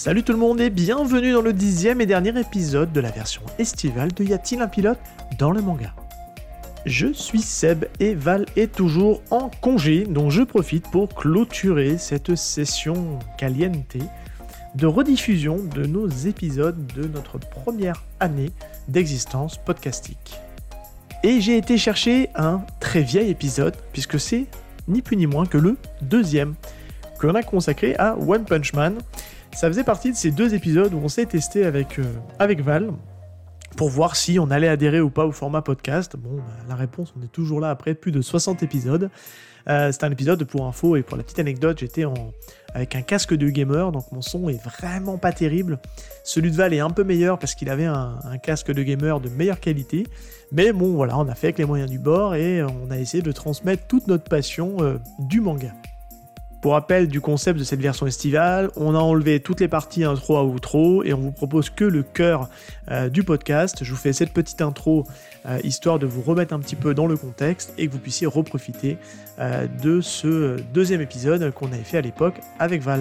Salut tout le monde et bienvenue dans le 10e et dernier épisode de la version estivale de Y a-t-il un pilote dans le manga. Je suis Seb et Val est toujours en congé, donc je profite pour clôturer cette session caliente de rediffusion de nos épisodes de notre première année d'existence podcastique. Et j'ai été chercher un très vieil épisode, puisque c'est ni plus ni moins que le deuxième, que l'on a consacré à One Punch Man. Ça faisait partie de ces deux épisodes où on s'est testé avec Val pour voir si on allait adhérer ou pas au format podcast. Bon, la réponse, on est toujours là après plus de 60 épisodes. C'est un épisode pour info et pour la petite anecdote, j'étais avec un casque de gamer, donc mon son est vraiment pas terrible. Celui de Val est un peu meilleur parce qu'il avait un casque de gamer de meilleure qualité. Mais bon, voilà, on a fait avec les moyens du bord et on a essayé de transmettre toute notre passion du manga. Pour rappel du concept de cette version estivale, on a enlevé toutes les parties intro à outro et on vous propose que le cœur du podcast. Je vous fais cette petite intro histoire de vous remettre un petit peu dans le contexte et que vous puissiez reprofiter de ce deuxième épisode qu'on avait fait à l'époque avec Val.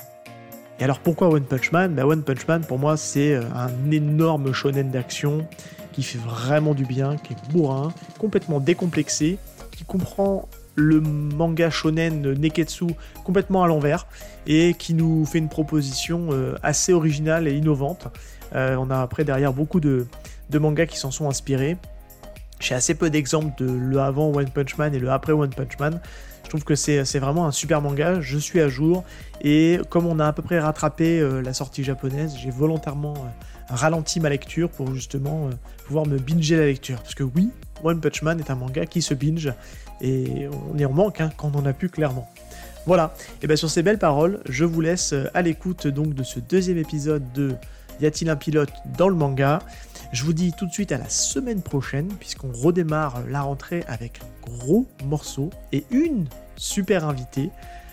Et alors pourquoi One Punch Man ? One Punch Man pour moi c'est un énorme shonen d'action qui fait vraiment du bien, qui est bourrin, complètement décomplexé, qui comprend le manga shonen Neketsu complètement à l'envers et qui nous fait une proposition assez originale et innovante. On a après derrière beaucoup de mangas qui s'en sont inspirés. J'ai assez peu d'exemples de le avant One Punch Man et le après One Punch Man. Je trouve que c'est vraiment un super manga, je suis à jour et comme on a à peu près rattrapé la sortie japonaise, j'ai volontairement ralenti ma lecture pour justement pouvoir me binger la lecture. Parce que oui, One Punch Man est un manga qui se binge et on y en manque quand on en a pu clairement. Voilà, et bien sur ces belles paroles, je vous laisse à l'écoute donc de ce deuxième épisode de Y a-t-il un pilote dans le manga ? Je vous dis tout de suite à la semaine prochaine, puisqu'on redémarre la rentrée avec un gros morceau et une super invitée.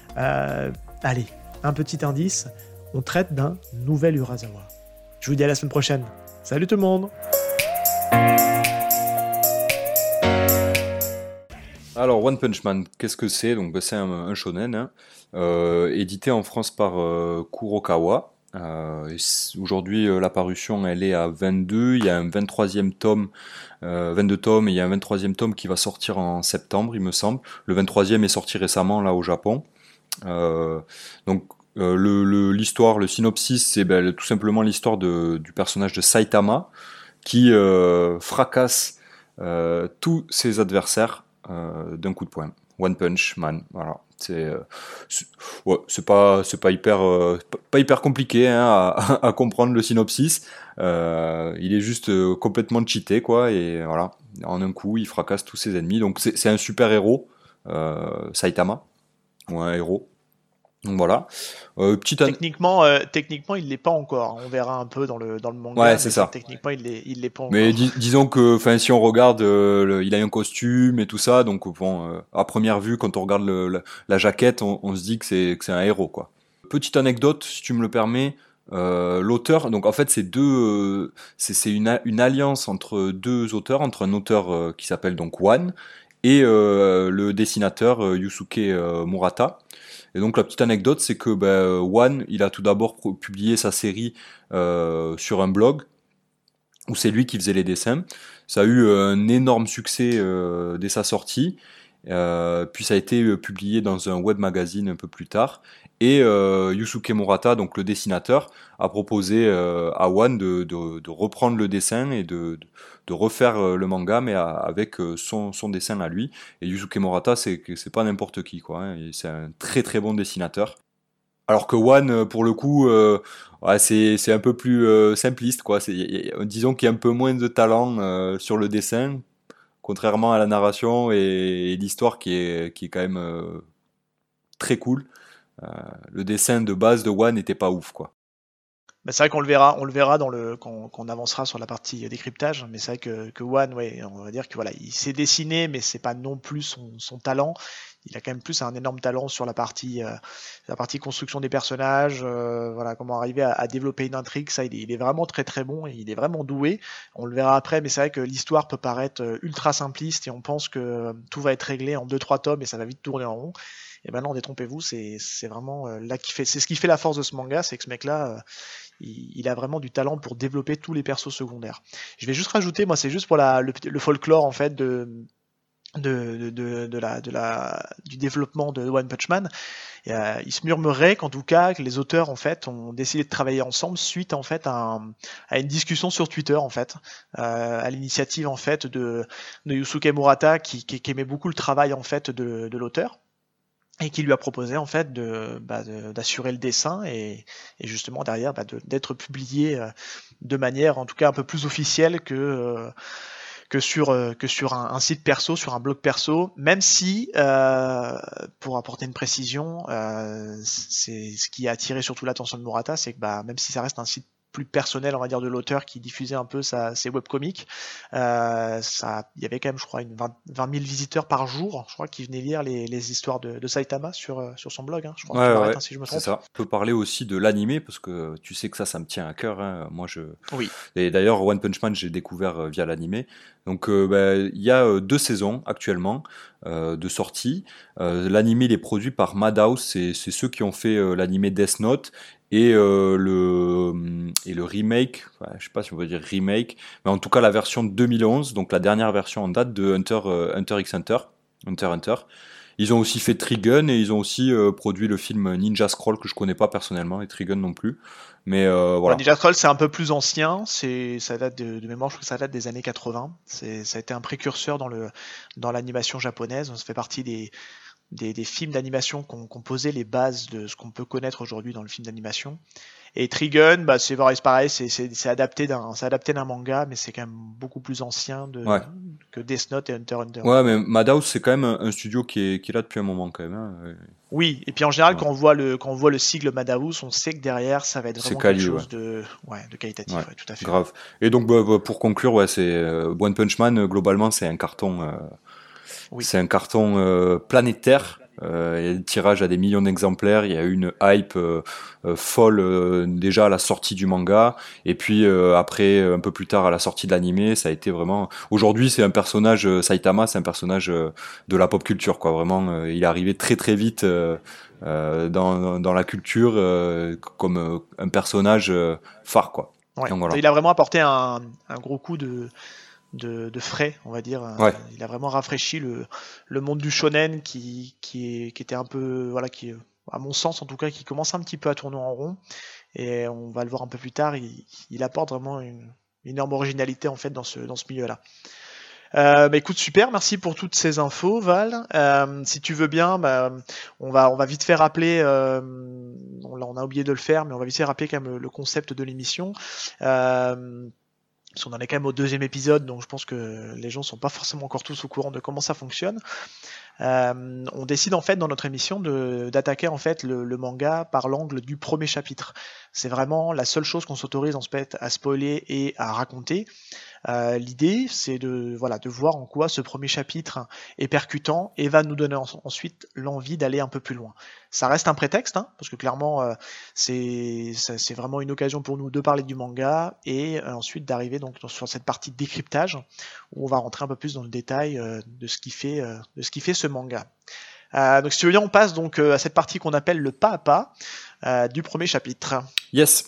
Allez, un petit indice, on traite d'un nouvel Urasawa. Je vous dis à la semaine prochaine. Salut tout le monde ! Alors One Punch Man, qu'est-ce que c'est ? Donc c'est un shonen, édité en France par Kurokawa. Aujourd'hui la parution elle est à 22, il y a un 23e tome, 22 tomes et il y a un 23e tome qui va sortir en septembre il me semble. Le 23e est sorti récemment là au Japon. L'histoire, le synopsis c'est tout simplement l'histoire du personnage de Saitama qui fracasse tous ses adversaires d'un coup de poing. One Punch Man, voilà. C'est pas hyper compliqué à comprendre le synopsis. Il est juste complètement cheaté quoi et voilà. En un coup, il fracasse tous ses ennemis. Donc c'est un super héros, Saitama, ou un héros. Donc voilà. Techniquement, il l'est pas encore. On verra un peu dans le manga. Ouais, c'est ça. Techniquement, il l'est pas encore. Mais disons que, si on regarde, il a un costume et tout ça, donc bon, à première vue, quand on regarde la jaquette, on se dit que c'est un héros, quoi. Petite anecdote, si tu me le permets, l'auteur, donc en fait, c'est une alliance entre deux auteurs, entre un auteur qui s'appelle donc One et le dessinateur Yusuke Murata. Et donc la petite anecdote, c'est que One, il a tout d'abord publié sa série sur un blog où c'est lui qui faisait les dessins. Ça a eu un énorme succès dès sa sortie. Puis ça a été publié dans un web magazine un peu plus tard. Et Yusuke Murata, donc le dessinateur, a proposé à One de reprendre le dessin et de refaire le manga, mais avec son dessin à lui. Et Yusuke Murata, c'est pas n'importe qui, quoi. Et c'est un très très bon dessinateur. Alors que One, pour le coup, c'est un peu plus simpliste, quoi. Disons qu'il y a un peu moins de talent sur le dessin, contrairement à la narration et l'histoire qui est quand même très cool. Le dessin de base de One n'était pas ouf, quoi. C'est vrai qu'on le verra quand on avancera sur la partie décryptage, mais c'est vrai que One, ouais, on va dire que voilà, il sait dessiner, mais c'est pas non plus son talent. Il a quand même plus un énorme talent sur la partie construction des personnages, voilà, comment arriver à développer une intrigue, ça il est vraiment très très bon et il est vraiment doué. On le verra après, mais c'est vrai que l'histoire peut paraître ultra simpliste et on pense que tout va être réglé en 2-3 tomes et ça va vite tourner en rond. Et ben non, détrompez-vous, c'est vraiment là c'est ce qui fait la force de ce manga, c'est que ce mec-là, il a vraiment du talent pour développer tous les persos secondaires. Je vais juste rajouter, moi, c'est juste pour le folklore en fait du développement de One Punch Man. Et, il se murmurait qu'en tout cas que les auteurs en fait ont décidé de travailler ensemble suite en fait à une discussion sur Twitter en fait, à l'initiative en fait de Yusuke Murata qui aimait beaucoup le travail en fait de l'auteur et qui lui a proposé en fait d'assurer le dessin et justement derrière d'être publié de manière en tout cas un peu plus officielle que sur un site perso, sur un blog perso, même si, pour apporter une précision, c'est ce qui a attiré surtout l'attention de Murata, c'est que même si ça reste un site plus personnel, on va dire, de l'auteur qui diffusait un peu ses webcomics, il y avait quand même, je crois, 20 000 visiteurs par jour, je crois, qui venaient lire les histoires de Saitama sur son blog. Hein. Je crois que tu m'arrêtes si je me c'est trompe. ça. On peut parler aussi de l'animé parce que tu sais que ça me tient à cœur. Hein. Oui. Et d'ailleurs, One Punch Man, j'ai découvert via l'animé. Donc, il y a 2 saisons actuellement de sortie. L'animé, il est produit par Madhouse. C'est ceux qui ont fait l'animé Death Note et le remake. Je sais pas si on peut dire remake, mais en tout cas la version de 2011, donc la dernière version en date de Hunter x Hunter. Hunter x Hunter. Ils ont aussi fait Trigun et ils ont aussi produit le film Ninja Scroll que je connais pas personnellement et Trigun non plus. Mais voilà. Ninja Scroll, c'est un peu plus ancien. Ça date de mémoire, je crois que ça date des années 80. Ça a été un précurseur dans l'animation japonaise. Ça fait partie des films d'animation qui ont posé les bases de ce qu'on peut connaître aujourd'hui dans le film d'animation. Et Trigun, c'est pareil, c'est adapté d'un manga, mais c'est quand même beaucoup plus ancien que Death Note et Hunter x Hunter. Ouais, mais Madhouse, c'est quand même un studio qui est là depuis un moment quand même. Hein. Oui, et puis en général, quand on voit le sigle Madhouse, on sait que derrière, ça va être vraiment quelque chose de qualitatif, tout à fait. Grave. Et donc, pour conclure, c'est One Punch Man, globalement, c'est un carton, c'est un carton planétaire. Il y a des tirages à des millions d'exemplaires. Il y a eu une hype folle déjà à la sortie du manga, et puis après, un peu plus tard à la sortie de l'animé, ça a été vraiment. Aujourd'hui, c'est un personnage Saitama, c'est un personnage de la pop culture, quoi. Vraiment, il est arrivé très très vite dans la culture comme un personnage phare, quoi. Ouais. Donc, voilà. Il a vraiment apporté un gros coup de frais, on va dire. Ouais. Il a vraiment rafraîchi le monde du shonen qui était un peu, voilà, qui, à mon sens en tout cas, qui commence un petit peu à tourner en rond. Et on va le voir un peu plus tard, il apporte vraiment une énorme originalité en fait dans ce milieu-là. Écoute, super, merci pour toutes ces infos, Val. Si tu veux bien, on va vite fait rappeler, on a oublié de le faire, mais on va vite fait rappeler quand même le concept de l'émission. Parce qu'on en est quand même au 2e épisode, donc je pense que les gens sont pas forcément encore tous au courant de comment ça fonctionne. On décide en fait dans notre émission d'attaquer en fait le manga par l'angle du premier chapitre. C'est vraiment la seule chose qu'on s'autorise en fait à spoiler et à raconter. L'idée, c'est de voir en quoi ce premier chapitre est percutant et va nous donner ensuite l'envie d'aller un peu plus loin. Ça reste un prétexte, hein, parce que clairement, c'est vraiment une occasion pour nous de parler du manga et ensuite d'arriver donc sur cette partie de décryptage où on va rentrer un peu plus dans le détail de ce qui fait ce manga. Donc si tu veux bien, on passe donc à cette partie qu'on appelle le pas à pas du premier chapitre. Yes.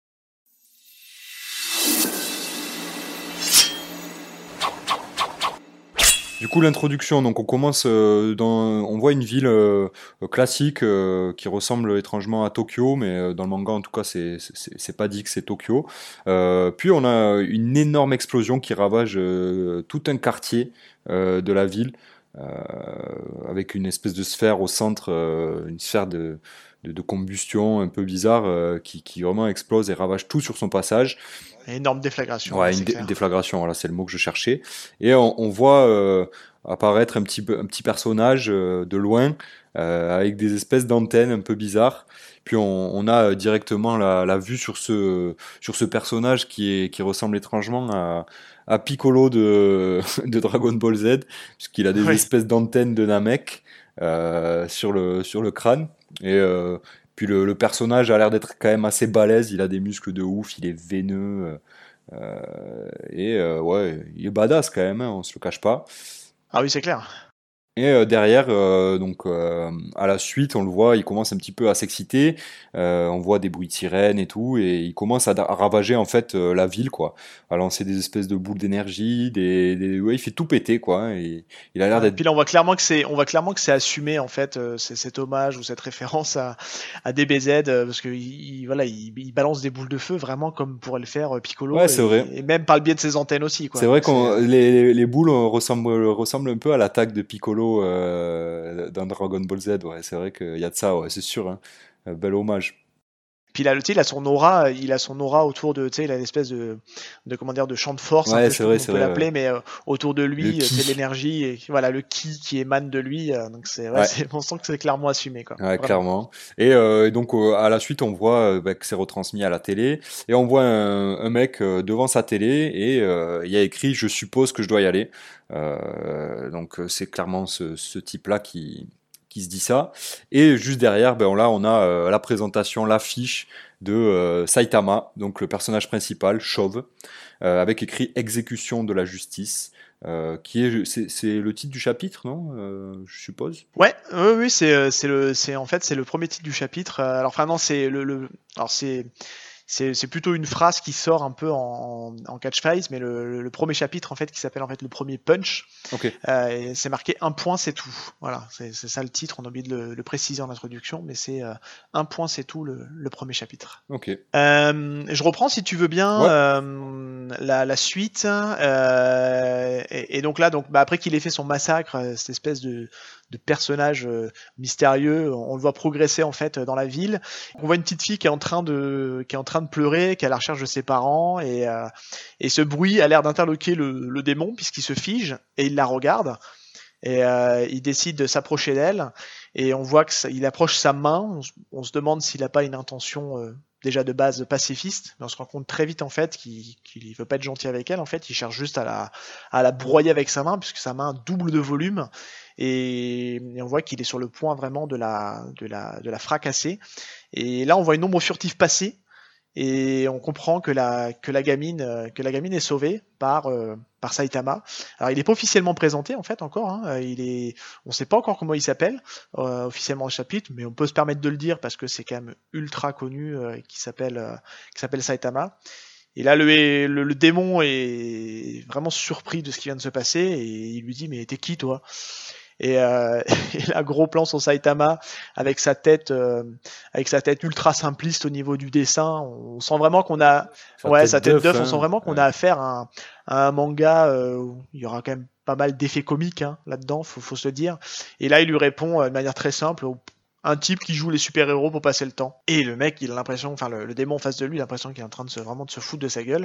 Du coup, l'introduction, donc on commence on voit une ville classique qui ressemble étrangement à Tokyo, mais dans le manga en tout cas c'est pas dit que c'est Tokyo. Puis on a une énorme explosion qui ravage tout un quartier de la ville, avec une espèce de sphère au centre, une sphère de combustion un peu bizarre qui vraiment explose et ravage tout sur son passage. Énorme déflagration. Ouais, une déflagration, voilà, c'est le mot que je cherchais. Et on voit apparaître un petit personnage de loin avec des espèces d'antennes un peu bizarres. Puis on a directement la vue sur ce personnage qui ressemble étrangement à Piccolo de Dragon Ball Z, puisqu'il a des espèces d'antennes de Namek sur le crâne. Et puis le personnage a l'air d'être quand même assez balèze, il a des muscles de ouf, il est veineux, ouais, il est badass quand même, hein, on se le cache pas. Ah oui, c'est clair. Et derrière, à la suite, on le voit, il commence un petit peu à s'exciter. On voit des bruits de sirène et tout, et il commence à ravager en fait la ville, quoi, à lancer des espèces de boules d'énergie, ouais, il fait tout péter, quoi. Et il a l'air Ouais, d'être. puis là, on voit clairement que c'est assumé en fait, c'est cet hommage ou cette référence à DBZ, parce que voilà, il balance des boules de feu vraiment comme pourrait le faire Ouais, Piccolo c'est vrai. et même par le biais de ses antennes aussi, C'est quoi. vrai Donc c'est que les boules ressemblent un peu à l'attaque de Piccolo dans Dragon Ball Z. Ouais, c'est vrai qu'il y a de ça, ouais, c'est sûr. Hein. Bel hommage. Puis là, tu sais, il a son aura autour de, tu sais, il a une espèce de comment dire, de champ de force, un Ouais, peu, je sais c'est pas vrai, comment on c'est peut vrai. Ouais. l'appeler, mais autour de Le lui, tu sais, ki. l'énergie et voilà, le ki qui émane de lui. Donc ouais, Ouais. on sent que c'est clairement assumé, quoi, Ouais, vraiment. clairement. Et donc à la suite, on voit que c'est retransmis à la télé et on voit un mec devant sa télé et il y a écrit «Je suppose que je dois y aller». C'est clairement ce type-là qui se dit ça. Et juste derrière, là, on a la présentation, l'affiche de Saitama, donc le personnage principal, Chauve, avec écrit «Exécution de la justice». C'est le titre du chapitre, non je suppose. Ouais, oui, oui, c'est en fait c'est le premier titre du chapitre. Alors enfin non, c'est alors c'est plutôt une phrase qui sort un peu en catchphrase, mais le premier chapitre en fait qui s'appelle en fait le premier punch. Ok, Et c'est marqué un point c'est tout. Voilà, c'est ça le titre. On a oublié de le préciser en introduction, mais c'est un point c'est tout le premier chapitre. ok. Je reprends si tu veux bien Ouais, la suite. Et donc là, après qu'il ait fait son massacre, cette espèce de personnage mystérieux, on le voit progresser en fait dans la ville. On voit une petite fille qui est en train de pleurer, qui est à la recherche de ses parents, et ce bruit a l'air d'interloquer le démon puisqu'il se fige et il la regarde. Et il décide de s'approcher d'elle et on voit il approche sa main. On se demande s'il n'a pas une intention déjà de base pacifiste, mais on se rend compte très vite en fait qu'il veut pas être gentil avec elle. En fait, il cherche juste à la broyer avec sa main puisque sa main double de volume et on voit qu'il est sur le point vraiment de la fracasser. Et là, on voit une ombre furtive passer et on comprend que la gamine est sauvée par Saitama. Alors il n'est pas officiellement présenté en fait encore, hein. On ne sait pas encore comment il s'appelle officiellement dans le chapitre, mais on peut se permettre de le dire parce que c'est quand même ultra connu, qui s'appelle Saitama. Et là le démon est vraiment surpris de ce qui vient de se passer et il lui dit mais t'es qui toi? Et, et là, gros plan sur Saitama avec sa tête ultra simpliste au niveau du dessin. On sent vraiment qu'on a, sa ouais, tête sa tête d'œuf, d'œuf. On sent hein. vraiment qu'on a Ouais. affaire à un manga où il y aura quand même pas mal d'effets comiques, hein, là-dedans, faut se le dire. Et là, il lui répond de manière très simple. Un type qui joue les super-héros pour passer le temps. Et le mec, il a l'impression, enfin le démon en face de lui, il a l'impression qu'il est en train vraiment de se foutre de sa gueule.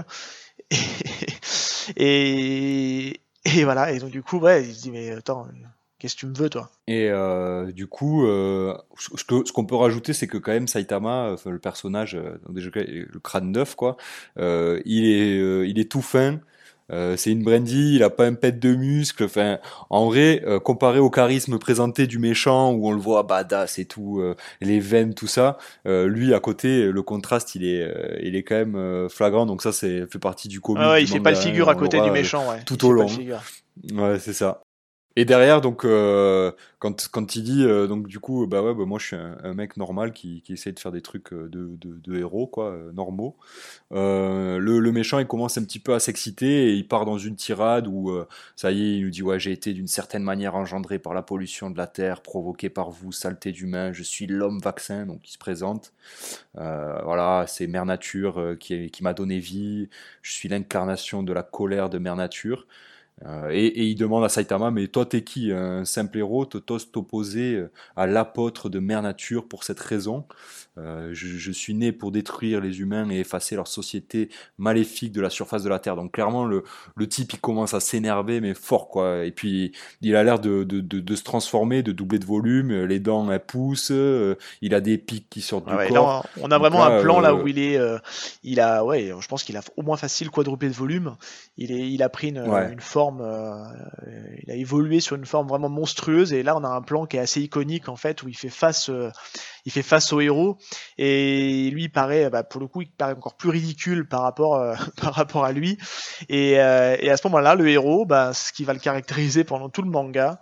Et, et voilà. Et donc du coup, ouais, il se dit mais attends, qu'est-ce que tu me veux toi? Et du coup, ce qu'on peut rajouter, c'est que quand même Saitama, enfin, le personnage, donc déjà le crâne neuf, quoi, il est tout fin. C'est une brindille, il a pas un pet de muscle. Enfin, en vrai, comparé au charisme présenté du méchant, où on le voit badass et tout, les veines, tout ça, lui à côté, le contraste, il est quand même flagrant. Donc ça, c'est fait partie du Ouais, comique, ouais, du il fait pas le manga. Hein, figure à on côté du l'aura méchant, ouais. Il tout au fait pas le long. figure. Hein. Ouais, c'est ça. Et derrière, donc, quand il dit, donc du coup, bah ouais, bah moi je suis un mec normal qui essaie de faire des trucs de héros, quoi, normaux. Le méchant, il commence un petit peu à s'exciter et il part dans une tirade où, ça y est, il nous dit, ouais, j'ai été d'une certaine manière engendré par la pollution de la terre, provoquée par vous, saleté d'humain, je suis l'homme vaccin, donc il se présente. Voilà, c'est Mère Nature qui m'a donné vie, je suis l'incarnation de la colère de Mère Nature. Et il demande à Saitama, mais toi t'es qui? Un simple héros, t'oses t'opposer à l'apôtre de Mère Nature pour cette raison. Je suis né pour détruire les humains et effacer leur société maléfique de la surface de la Terre. Donc clairement, le type, il commence à s'énerver, mais fort, quoi. Et puis, il a l'air de se transformer, de doubler de volume, les dents, elles poussent, il a des pics qui sortent Ouais, du ouais, corps. là, on a Donc vraiment un là, plan là où il a, ouais, je pense qu'il a au moins facile quadruplé de volume. Il a pris ouais. une forme, il a évolué sur une forme vraiment monstrueuse. Et là, on a un plan qui est assez iconique en fait, où il fait face au héros. Et lui, il paraît, bah, pour le coup, il paraît encore plus ridicule par rapport, par rapport à lui. Et à ce moment-là, le héros, bah, ce qui va le caractériser pendant tout le manga,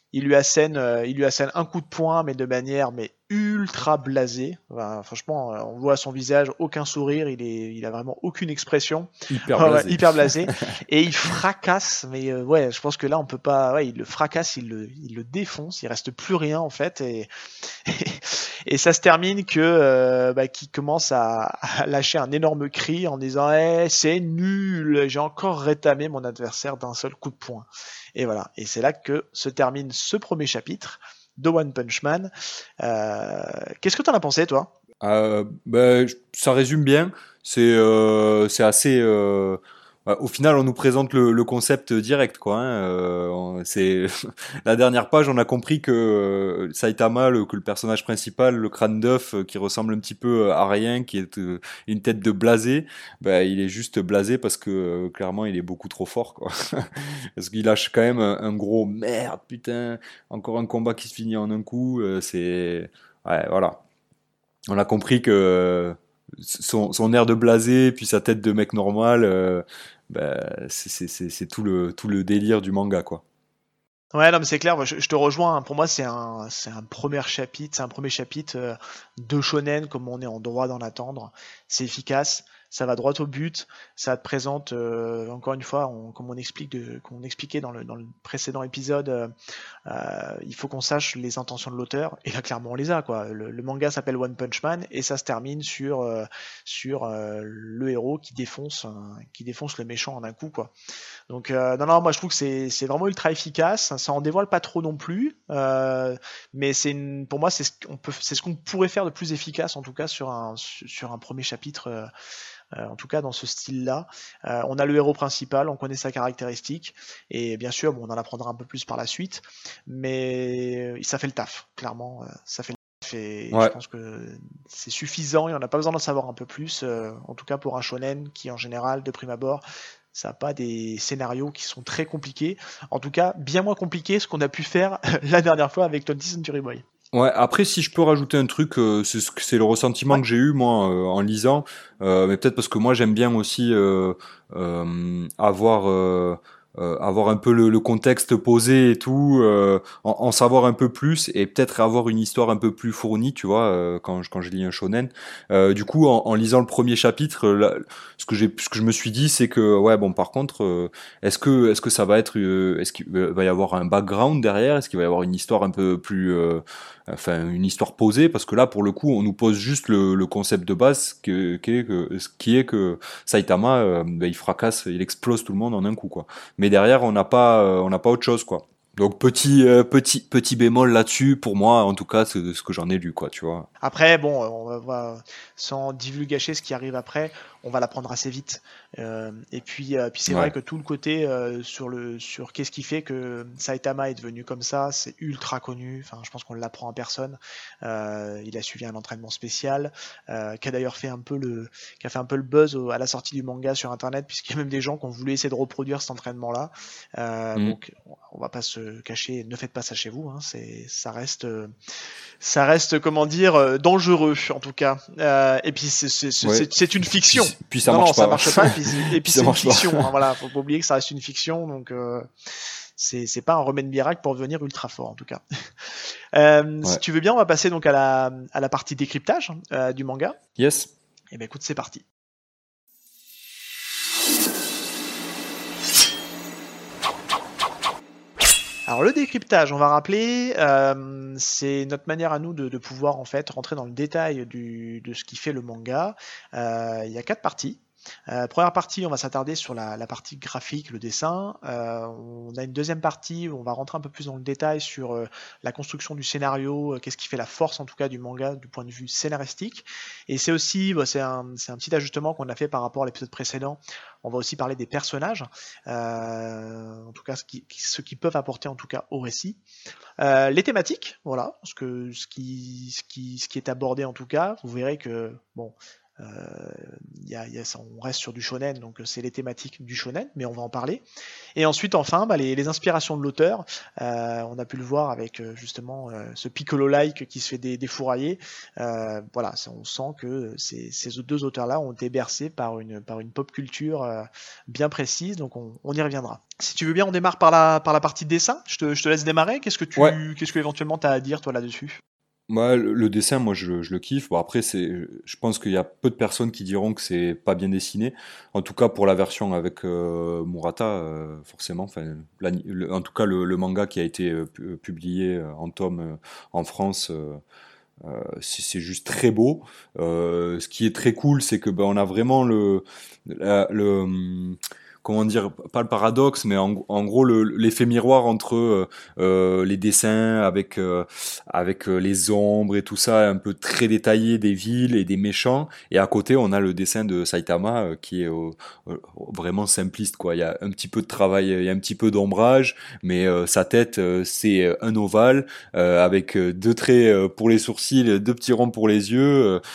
il lui assène un coup de poing, mais de manière ultra blasée. Enfin, franchement, on voit à son visage aucun sourire, il a vraiment aucune expression. Hyper Ouais, blasé. hyper blasé. Et il fracasse, mais ouais, je pense que là on peut pas. Ouais, il le fracasse, il le défonce, il reste plus rien en fait, et ça se termine que qu'il commence à lâcher un énorme cri en disant c'est nul, j'ai encore rétamé mon adversaire d'un seul coup de poing. Et voilà, et c'est là que se termine ce premier chapitre de One Punch Man. Qu'est-ce que t'en as pensé, toi? Ça résume bien. C'est assez. Au final, on nous présente le concept direct, quoi. C'est la dernière page, on a compris que Saitama, que le personnage principal, le crâne d'œuf, qui ressemble un petit peu à rien, qui est une tête de blasé, il est juste blasé parce que clairement, il est beaucoup trop fort, quoi. Parce qu'il lâche quand même un gros merde, putain, encore un combat qui se finit en un coup. Ouais, voilà. On a compris que son air de blasé, puis sa tête de mec normal, c'est tout le délire du manga, quoi. Ouais, non, mais c'est clair, moi, je te rejoins, hein. Pour moi, c'est un premier chapitre de shonen, comme on est en droit d'en attendre. C'est efficace, ça va droit au but, ça te présente, encore une fois, comme qu'on expliquait dans le précédent épisode, il faut qu'on sache les intentions de l'auteur, et là, clairement, on les a, quoi. Le manga s'appelle One Punch Man, et ça se termine sur le héros qui défonce le méchant en un coup, quoi. Donc non, moi je trouve que c'est vraiment ultra efficace. Ça en dévoile pas trop non plus, mais pour moi c'est ce qu'on pourrait faire de plus efficace en tout cas sur un premier chapitre, en tout cas dans ce style-là. On a le héros principal, on connaît sa caractéristique, et bien sûr on en apprendra un peu plus par la suite, mais ça fait le taf, clairement, ça fait le taf, et je Ouais. pense que c'est suffisant et on n'a pas besoin d'en savoir un peu plus, en tout cas pour un shonen qui en général de prime abord ça n'a pas des scénarios qui sont très compliqués. En tout cas, bien moins compliqués ce qu'on a pu faire la dernière fois avec 20th Century Boy. Ouais, après, si je peux rajouter un truc, c'est le ressentiment Ouais. que j'ai eu, moi, en lisant, mais peut-être parce que moi, j'aime bien aussi avoir un peu le contexte posé et tout, en savoir un peu plus et peut-être avoir une histoire un peu plus fournie, tu vois, quand je lis un shonen. Du coup, en lisant le premier chapitre, là, ce que je me suis dit, c'est que ouais, bon, par contre, est-ce que ça va être, est-ce qu'il va y avoir un background derrière, est-ce qu'il va y avoir une histoire un peu plus, enfin, une histoire posée, parce que là, pour le coup, on nous pose juste le concept de base, qui est que Saitama, il fracasse, il explose tout le monde en un coup, quoi. Mais derrière, on n'a pas autre chose, quoi. Donc petit bémol là-dessus pour moi, en tout cas, c'est ce que j'en ai lu, quoi, tu vois. Après, bon, sans divulgacher ce qui arrive après, on va l'apprendre assez vite. Et puis c'est vrai Ouais. que tout le côté sur qu'est-ce qui fait que Saitama est devenu comme ça, c'est ultra connu. Enfin, je pense qu'on l'apprend à personne. Il a suivi un entraînement spécial, qui a d'ailleurs qui a fait un peu le buzz à la sortie du manga sur Internet, puisqu'il y a même des gens qui ont voulu essayer de reproduire cet entraînement-là. Mm. Donc, on va pas se cacher. Ne faites pas ça chez vous. Hein, ça reste, comment dire, dangereux en tout cas. Et puis Ouais. c'est une fiction. Puis ça Non, marche non, ça pas. marche pas. Et puis Ça c'est une marche pas. fiction. Hein, voilà, faut pas oublier que ça reste une fiction, donc c'est pas un remède miracle pour devenir ultra fort en tout cas. Si Ouais. tu veux bien, on va passer donc à la partie décryptage du manga. Yes. Et ben écoute, c'est parti. Alors le décryptage, on va rappeler, c'est notre manière à nous de pouvoir en fait rentrer dans le détail de ce qui fait le manga. Il y a 4 parties. Première partie, on va s'attarder sur la partie graphique, le dessin. On a une deuxième partie où on va rentrer un peu plus dans le détail sur la construction du scénario, qu'est-ce qui fait la force en tout cas du manga du point de vue scénaristique. Et c'est aussi, c'est un petit ajustement qu'on a fait par rapport à l'épisode précédent. On va aussi parler des personnages, en tout cas ce qui peuvent apporter en tout cas au récit. Les thématiques, voilà, ce qui est abordé en tout cas. Vous verrez que bon. on reste sur du shonen, donc c'est les thématiques du shonen, mais on va en parler. Et ensuite, enfin, les inspirations de l'auteur. On a pu le voir avec justement ce Piccolo-like qui se fait défourailler. Voilà, on sent que ces deux auteurs-là ont été bercés par une pop culture bien précise, donc on y reviendra. Si tu veux bien, on démarre par la partie dessin. Je te laisse démarrer. Qu'est-ce que éventuellement tu as à dire toi là-dessus? Moi, le dessin, moi, je le kiffe. Bon, après, je pense qu'il y a peu de personnes qui diront que c'est pas bien dessiné. En tout cas, pour la version avec Murata, forcément. Enfin, en tout cas, le manga qui a été publié en tome en France, c'est juste très beau. Ce qui est très cool, c'est que ben, on a vraiment comment dire, pas le paradoxe, mais en gros l'effet miroir entre les dessins avec les ombres et tout ça, un peu très détaillé des villes et des méchants, et à côté on a le dessin de Saitama qui est vraiment simpliste quoi. Il y a un petit peu de travail, il y a un petit peu d'ombrage, mais sa tête c'est un ovale avec deux traits pour les sourcils, deux petits ronds pour les yeux,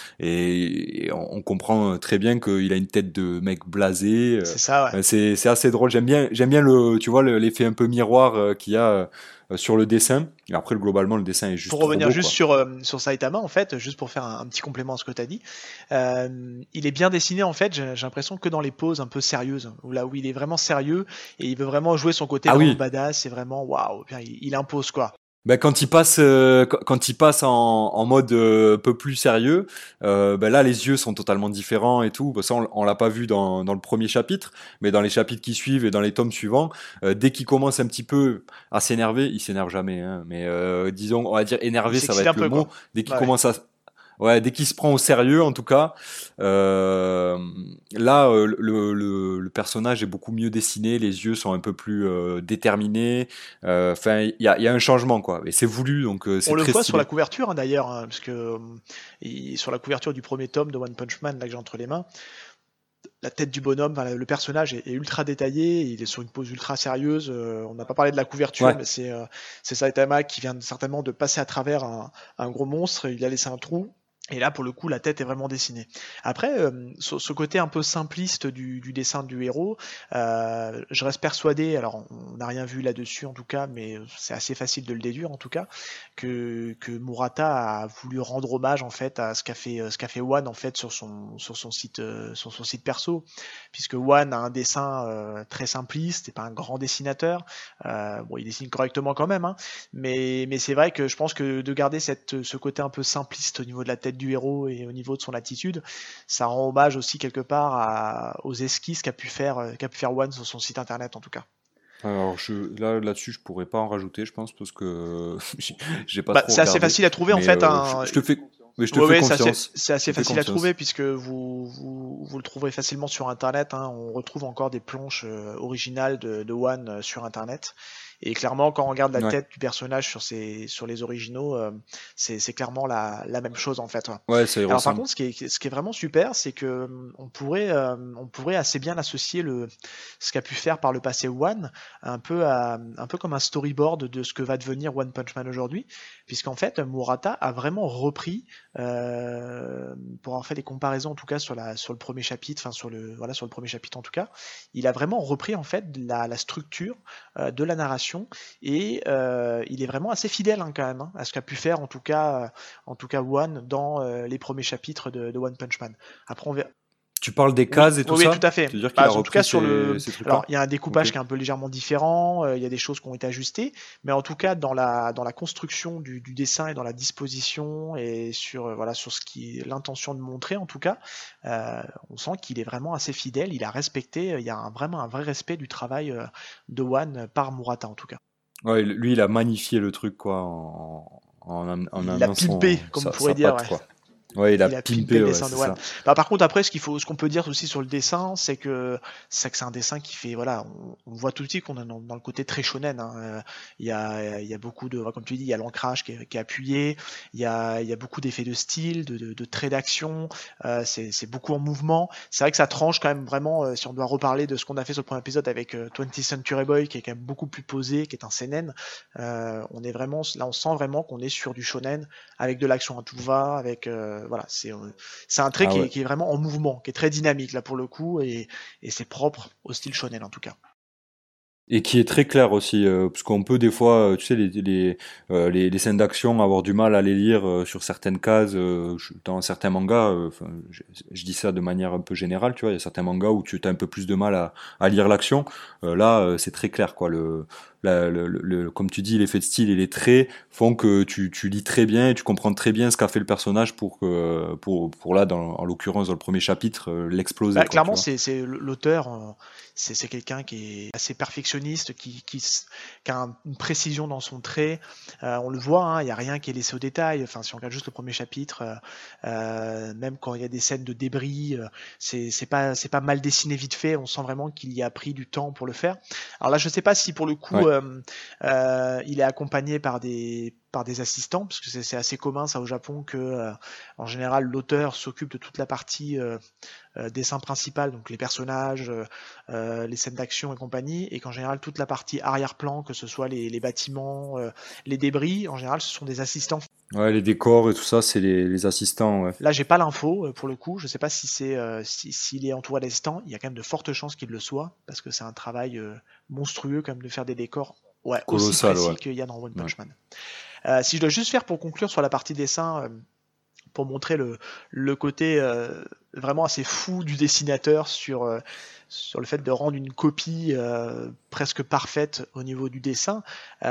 et on comprend très bien qu'il a une tête de mec blasé. C'est ça, ouais. C'est assez drôle. J'aime bien tu vois, l'effet un peu miroir qu'il y a sur le dessin. Et après, globalement, le dessin est juste Pour trop revenir beau, juste quoi. sur Saitama, en fait, juste pour faire un petit complément à ce que tu as dit, il est bien dessiné, en fait, j'ai l'impression que dans les poses un peu sérieuses, où il est vraiment sérieux et il veut vraiment jouer son côté Ah vraiment oui, badass, c'est vraiment waouh, il impose quoi. ben quand il passe en mode un peu plus sérieux, ben là les yeux sont totalement différents et tout. Ben ça on l'a pas vu dans le premier chapitre, mais dans les chapitres qui suivent et dans les tomes suivants, dès qu'il commence un petit peu à s'énerver, il s'énerve jamais, hein, mais disons on va dire Il énervé, ça va s'excite un être le peu mot. quoi. Dès qu'il Ouais. commence à Ouais, dès qu'il se prend au sérieux, en tout cas, euh, là, le personnage est beaucoup mieux dessiné, les yeux sont un peu plus déterminés. Enfin, il y a un changement, quoi. Et c'est voulu, donc On c'est le très voit sur la stylé. couverture hein, d'ailleurs, hein, parce que sur la couverture du premier tome de One Punch Man, là que j'ai entre les mains, la tête du bonhomme, enfin, le personnage est ultra détaillé, il est sur une pose ultra sérieuse. On n'a pas parlé de la couverture, Ouais. mais c'est Saitama qui vient certainement de passer à travers un gros monstre, il a laissé un trou. Et là, pour le coup, la tête est vraiment dessinée. Après, ce côté un peu simpliste du dessin du héros, je reste persuadé, alors on n'a rien vu là-dessus en tout cas, mais c'est assez facile de le déduire en tout cas, que Murata a voulu rendre hommage en fait à ce qu'a fait One en fait sur son site perso, puisque One a un dessin très simpliste, c'est pas un grand dessinateur, bon il dessine correctement quand même, hein, mais c'est vrai que je pense que de garder ce côté un peu simpliste au niveau de la tête du héros et au niveau de son attitude, ça rend hommage aussi quelque part aux esquisses qu'a pu faire One sur son site internet en tout cas. Alors là-dessus, je pourrais pas en rajouter, je pense, parce que j'ai pas Bah, trop c'est assez regardé. facile à trouver en Mais fait. Hein. je te Ouais, fais ouais, confiance. c'est Je assez te fais facile à trouver confiance. puisque vous le trouverez facilement sur Internet. Hein. On retrouve encore des planches originales de One sur Internet. Et clairement, quand on regarde la Ouais. tête du personnage sur les originaux, c'est clairement la même chose en fait. Ouais. Ouais, ça y Alors par ressemble. contre, ce qui est vraiment super, c'est que on pourrait assez bien associer ce qu'a pu faire par le passé One un peu comme un storyboard de ce que va devenir One Punch Man aujourd'hui, puisqu'en fait Murata a vraiment repris pour avoir fait des comparaisons en tout cas sur le premier chapitre, enfin sur le premier chapitre en tout cas, il a vraiment repris en fait la structure de la narration et il est vraiment assez fidèle hein, quand même hein, à ce qu'a pu faire en tout cas One dans les premiers chapitres de One Punch Man. Après on verra. Tu parles des Oui, cases et tout oui, oui, tout ça? à fait. Tu veux dire qu'il Bah, a en tout cas, repris ces alors trucs-là? il y a un Ok. découpage qui est un peu légèrement différent, il y a des choses qui ont été ajustées, mais en tout cas dans la construction du dessin et dans la disposition et sur voilà sur ce qui est l'intention de montrer en tout cas, on sent qu'il est vraiment assez fidèle. Il a respecté, il y a vraiment un vrai respect du travail de One par Murata en tout cas. Ouais, lui, il a magnifié le truc, quoi, en Il l'a amenant pimpé, comme on pourrait sa dire. patte, Ouais. quoi. Ouais, il a Il a pimpé pimpé, le ouais, dessin de c'est One. ça. Bah, par contre, après, ce qu'on peut dire aussi sur le dessin, c'est que c'est un dessin qui fait, voilà, on voit tout de suite qu'on est dans le côté très shonen. Hein. Il y a beaucoup de, comme tu dis, il y a l'ancrage qui est appuyé, il y a beaucoup d'effets de style, de traits d'action, c'est beaucoup en mouvement. C'est vrai que ça tranche quand même vraiment, si on doit reparler de ce qu'on a fait sur le premier épisode avec 20th Century Boy, qui est quand même beaucoup plus posé, qui est un seinen. On est vraiment, là, on sent vraiment qu'on est sur du shonen avec de l'action à tout va, avec voilà, c'est un trait Ah ouais. qui est vraiment en mouvement, qui est très dynamique là pour le coup, et c'est propre au style shonen en tout cas. Et qui est très clair aussi, parce qu'on peut des fois, tu sais, les scènes d'action, avoir du mal à les lire sur certaines cases, dans certains mangas. Je dis ça de manière un peu générale, tu vois. Il y a certains mangas où tu as un peu plus de mal à lire l'action. Là, c'est très clair, quoi. Comme tu dis, l'effet de style et les traits font que tu lis très bien et tu comprends très bien ce qu'a fait le personnage pour là, en l'occurrence, dans le premier chapitre, l'exploser, Bah, quoi, tu clairement, vois. c'est l'auteur, c'est quelqu'un qui est assez perfectionniste, qui a une précision dans son trait. On le voit, hein, il n'y a rien qui est laissé au détail. Enfin, si on regarde juste le premier chapitre, même quand il y a des scènes de débris, c'est pas mal dessiné vite fait. On sent vraiment qu'il y a pris du temps pour le faire. Alors là, je sais pas si pour le coup, Ouais. il est accompagné par des assistants, parce que c'est assez commun ça au Japon que, en général, l'auteur s'occupe de toute la partie dessin principal, donc les personnages, les scènes d'action et compagnie, et qu'en général toute la partie arrière-plan, que ce soit les bâtiments, les débris, en général ce sont des assistants. Ouais, les décors et tout ça, c'est les assistants, ouais. Là j'ai pas l'info pour le coup, je sais pas si s'il est entouré d'assistants, il y a quand même de fortes chances qu'il le soit, parce que c'est un travail monstrueux quand même de faire des décors, ouais, aussi Colossal, précis ouais. qu'il y a dans One Ouais. Punch Man. Si je dois juste faire pour conclure sur la partie dessin, pour montrer le côté vraiment assez fou du dessinateur sur le fait de rendre une copie presque parfaite au niveau du dessin.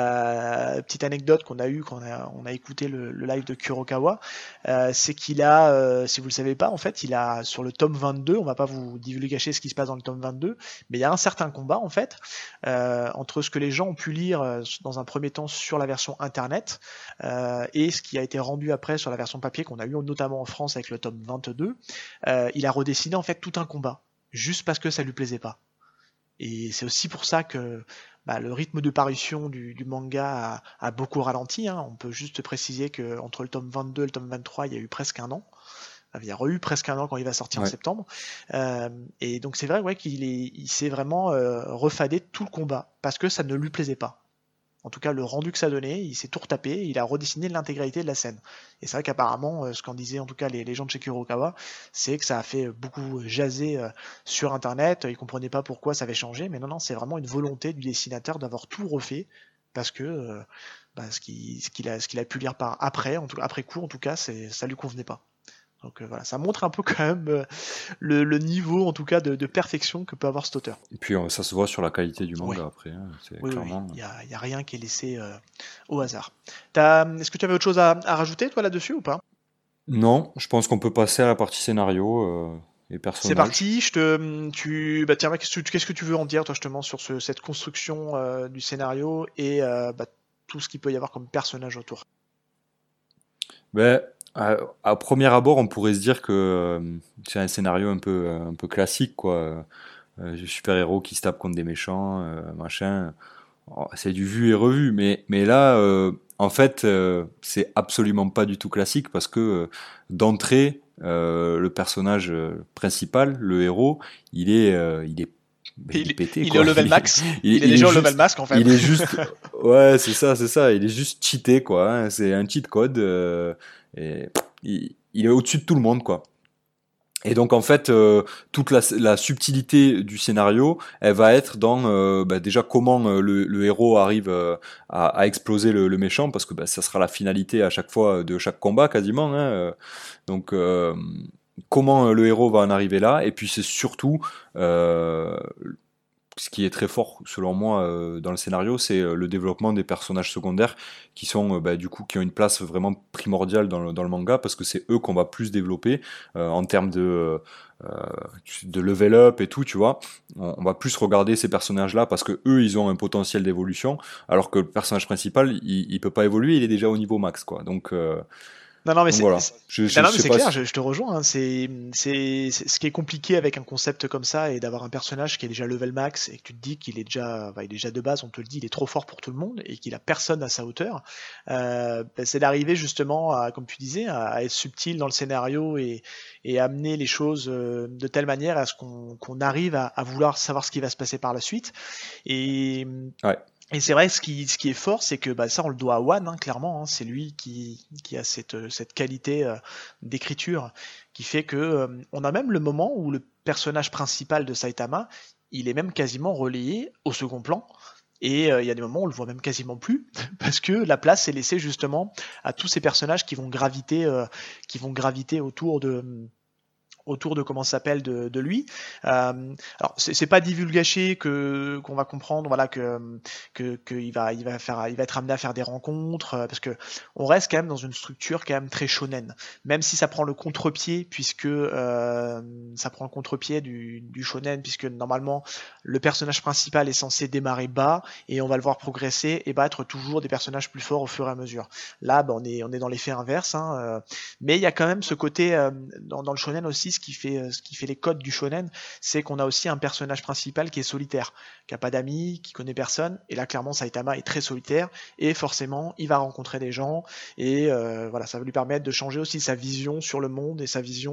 Petite anecdote qu'on a eue quand on a écouté le live de Kurokawa, c'est qu'il a, si vous le savez pas, en fait, il a sur le tome 22, on va pas vous divulgacher ce qui se passe dans le tome 22, mais il y a un certain combat en fait entre ce que les gens ont pu lire dans un premier temps sur la version internet et ce qui a été rendu après sur la version papier qu'on a eu notamment en France avec le tome 22. Il a redessiné en fait tout un combat juste parce que ça lui plaisait pas. Et c'est aussi pour ça que le rythme de parution du manga a beaucoup ralenti, hein. On peut juste préciser qu'entre le tome 22 et le tome 23, il y a eu presque un an. Il y a eu presque un an quand il va sortir en Ouais. septembre. Et donc c'est vrai, ouais, il s'est vraiment refadé tout le combat parce que ça ne lui plaisait pas. En tout cas, le rendu que ça donnait, il s'est tout retapé, il a redessiné l'intégralité de la scène. Et c'est vrai qu'apparemment, ce qu'en disaient en tout cas les gens de chez Kurokawa, c'est que ça a fait beaucoup jaser sur Internet, ils comprenaient pas pourquoi ça avait changé, mais non, non, c'est vraiment une volonté du dessinateur d'avoir tout refait, parce que ce qu'il a pu lire après, après coup, en tout cas, ça lui convenait pas. Donc voilà, ça montre un peu quand même le niveau, en tout cas, de perfection que peut avoir cet auteur. Et puis ça se voit sur la qualité du Ouais. manga après, hein. C'est Oui, oui, clairement. il y a rien qui est laissé au hasard. Est-ce que tu avais autre chose à rajouter, toi, là-dessus, ou pas? Non, je pense qu'on peut passer à la partie scénario et C'est personnages. parti, tiens, qu'est-ce que tu veux en dire, toi, justement, sur cette construction du scénario et tout ce qu'il peut y avoir comme personnage autour? Ben, à premier abord, on pourrait se dire que c'est un scénario un peu classique, quoi. Du super-héros qui se tape contre des méchants, machin. Oh, c'est du vu et revu, mais là, en fait, c'est absolument pas du tout classique parce que d'entrée, le personnage principal, le héros, il est pété Il est au quoi. level max, il est Il est déjà au level juste, max, en fait. il est juste, ouais, c'est ça. Il est juste cheaté quoi, hein. C'est un cheat code et il est au-dessus de tout le monde quoi. Et donc en fait, toute la subtilité du scénario, elle va être dans déjà comment le héros arrive à exploser le méchant, parce que ça sera la finalité à chaque fois de chaque combat quasiment, hein. Donc comment le héros va en arriver là, et puis c'est surtout ce qui est très fort selon moi dans le scénario, c'est le développement des personnages secondaires qui sont du coup qui ont une place vraiment primordiale dans le manga, parce que c'est eux qu'on va plus développer en termes de level up et tout, tu vois. On va plus regarder ces personnages là parce que eux ils ont un potentiel d'évolution, alors que le personnage principal il peut pas évoluer, il est déjà au niveau max quoi. Non, non, mais Donc voilà. non, non, mais Je sais c'est pas clair, si... je te rejoins, hein. C'est ce qui est compliqué avec un concept comme ça et d'avoir un personnage qui est déjà level max et que tu te dis qu'il est il est déjà de base, on te le dit, il est trop fort pour tout le monde et qu'il a personne à sa hauteur. C'est d'arriver justement à, comme tu disais, à être subtil dans le scénario et amener les choses de telle manière à ce qu'on arrive à vouloir savoir ce qui va se passer par la suite. Et Ouais. Et c'est vrai, ce qui est fort, c'est que ça, on le doit à One, hein, clairement. Hein. C'est lui qui a cette qualité d'écriture qui fait que on a même le moment où le personnage principal de Saitama, il est même quasiment relayé au second plan. Et il y a des moments où on le voit même quasiment plus, parce que la place est laissée justement à tous ces personnages qui vont graviter autour de comment ça s'appelle de lui. Alors c'est pas divulgaché qu'on va comprendre voilà que il va être amené à faire des rencontres parce que on reste quand même dans une structure quand même très shonen, même si ça prend le contre-pied puisque ça prend le contre-pied du shonen puisque normalement le personnage principal est censé démarrer bas et on va le voir progresser et battre toujours des personnages plus forts au fur et à mesure. Là on est dans l'effet inverse hein, mais il y a quand même ce côté dans le shonen aussi ce qui fait les codes du shonen, c'est qu'on a aussi un personnage principal qui est solitaire, qui a pas d'amis, qui connaît personne, et là clairement Saitama est très solitaire, et forcément il va rencontrer des gens, et voilà, ça va lui permettre de changer aussi sa vision sur le monde et sa vision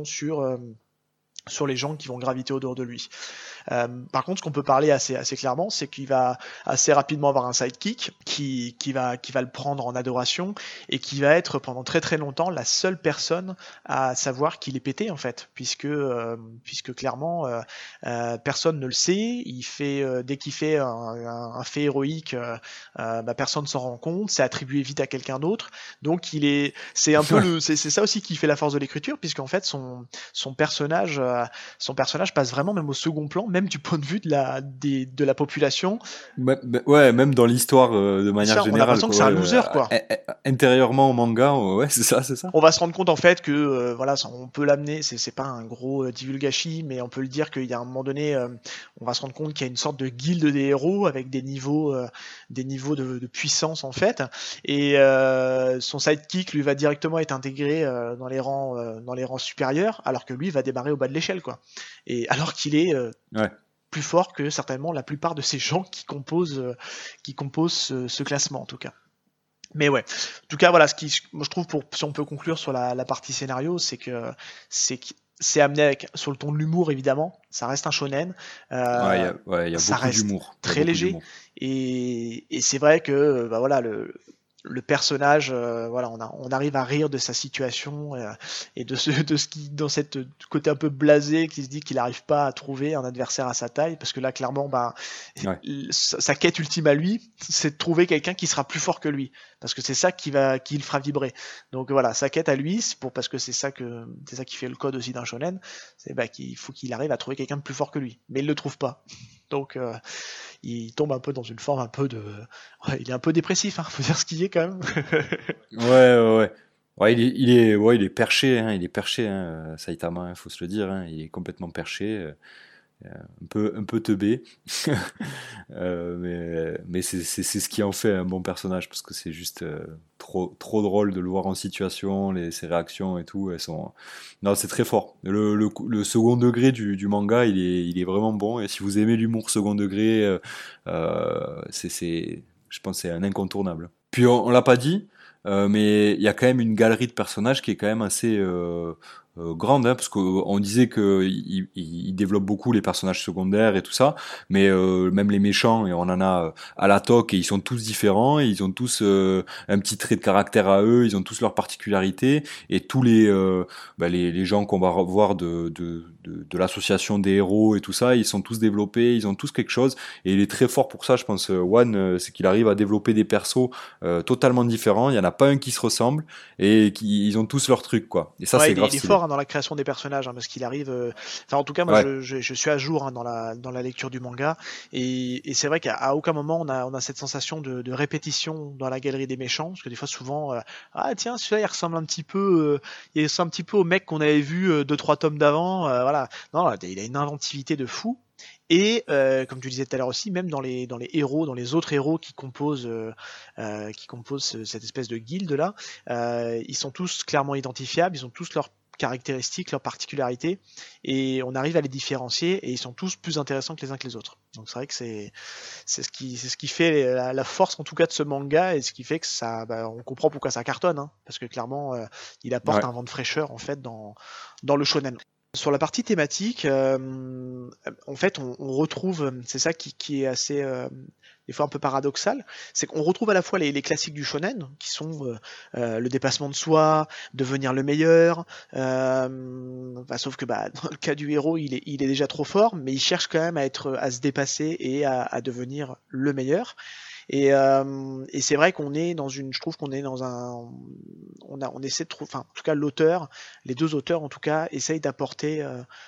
sur les gens qui vont graviter autour de lui. Par contre, ce qu'on peut parler assez clairement, c'est qu'il va assez rapidement avoir un sidekick qui va le prendre en adoration et qui va être pendant très très longtemps la seule personne à savoir qu'il est pété en fait, puisque clairement personne ne le sait. Il fait dès qu'il fait un fait héroïque, personne s'en rend compte. C'est attribué vite à quelqu'un d'autre. Donc c'est un peu c'est ça aussi qui fait la force de l'écriture, puisqu'en fait son personnage passe vraiment même au second plan, même du point de vue de la population. Ouais, même dans l'histoire de manière générale. On a l'impression que c'est un loser, quoi. Intérieurement au manga, ouais, c'est ça. On va se rendre compte en fait que voilà, on peut l'amener, c'est pas un gros divulgachi, mais on peut le dire qu'il y a un moment donné, on va se rendre compte qu'il y a une sorte de guilde des héros avec des niveaux de puissance en fait, et son sidekick lui va directement être intégré dans les rangs supérieurs, alors que lui va démarrer au bas de l'échelle, quoi. Et alors qu'il est plus fort que certainement la plupart de ces gens qui composent ce classement en tout cas. Mais ouais, en tout cas voilà, moi je trouve, si on peut conclure sur la partie scénario, c'est que c'est amené sur le ton de l'humour évidemment, ça reste un shonen, il y a beaucoup d'humour, très léger, et c'est vrai que voilà, le personnage, voilà, on arrive à rire de sa situation et de ce qui, dans cette côté un peu blasé, qui se dit qu'il n'arrive pas à trouver un adversaire à sa taille, parce que là clairement, sa quête ultime à lui, c'est de trouver quelqu'un qui sera plus fort que lui, parce que c'est ça qui le fera vibrer. Donc voilà, sa quête à lui, parce que c'est ça qui fait le code aussi d'un shonen, c'est qu'il faut qu'il arrive à trouver quelqu'un de plus fort que lui, mais il le trouve pas. Donc il tombe un peu dans une forme un peu de... Ouais, il est un peu dépressif, hein, faut dire ce qu'il est quand même. Ouais, il est perché, hein, Saitama, hein, faut se le dire, hein, il est complètement perché, un peu teubé, mais c'est ce qui en fait un bon personnage, parce que c'est juste trop drôle de le voir en situation, ses réactions et tout, non, c'est très fort. Le second degré du manga, il est vraiment bon, et si vous aimez l'humour second degré, je pense que c'est un incontournable. Puis on l'a pas dit, mais il y a quand même une galerie de personnages qui est quand même assez grande, hein, parce qu'on disait qu'il développe beaucoup les personnages secondaires et tout ça, mais même les méchants, et on en a à la toque, et ils sont tous différents, et ils ont tous un petit trait de caractère à eux, ils ont tous leurs particularités, et tous les gens qu'on va voir de l'association des héros et tout ça, ils sont tous développés, ils ont tous quelque chose, et il est très fort pour ça, je pense. One, c'est qu'il arrive à développer des persos totalement différents, il y en a pas un qui se ressemble, et ils ont tous leur truc, quoi. Et ça, c'est grave. Il est fort, hein, dans la création des personnages, hein, parce qu'il arrive. Enfin, en tout cas, moi, je suis à jour, hein, dans la lecture du manga, et c'est vrai qu'à aucun moment on a cette sensation de répétition dans la galerie des méchants, parce que des fois, souvent, ah tiens, celui-là, il ressemble un petit peu au mec qu'on avait vu 2-3 tomes d'avant, voilà. Non, il a une inventivité de fou. Et comme tu disais tout à l'heure aussi, même dans les héros, dans les autres héros qui composent cette espèce de guilde là, ils sont tous clairement identifiables, ils ont tous leurs caractéristiques, leurs particularités, et on arrive à les différencier, et ils sont tous plus intéressants que les uns que les autres. Donc c'est vrai que c'est ce qui fait la force en tout cas de ce manga, et ce qui fait que ça, on comprend pourquoi ça cartonne, hein, parce que clairement il apporte un vent de fraîcheur en fait dans le shonen. Sur la partie thématique, en fait, on retrouve, c'est ça qui est assez des fois un peu paradoxal, c'est qu'on retrouve à la fois les classiques du shonen, qui sont le dépassement de soi, devenir le meilleur, sauf que dans le cas du héros, il est déjà trop fort, mais il cherche quand même à se dépasser et à devenir le meilleur. Et c'est vrai qu'on est je trouve qu'on est dans on essaie de trouver, enfin, en tout cas, les deux auteurs, en tout cas, essayent d'apporter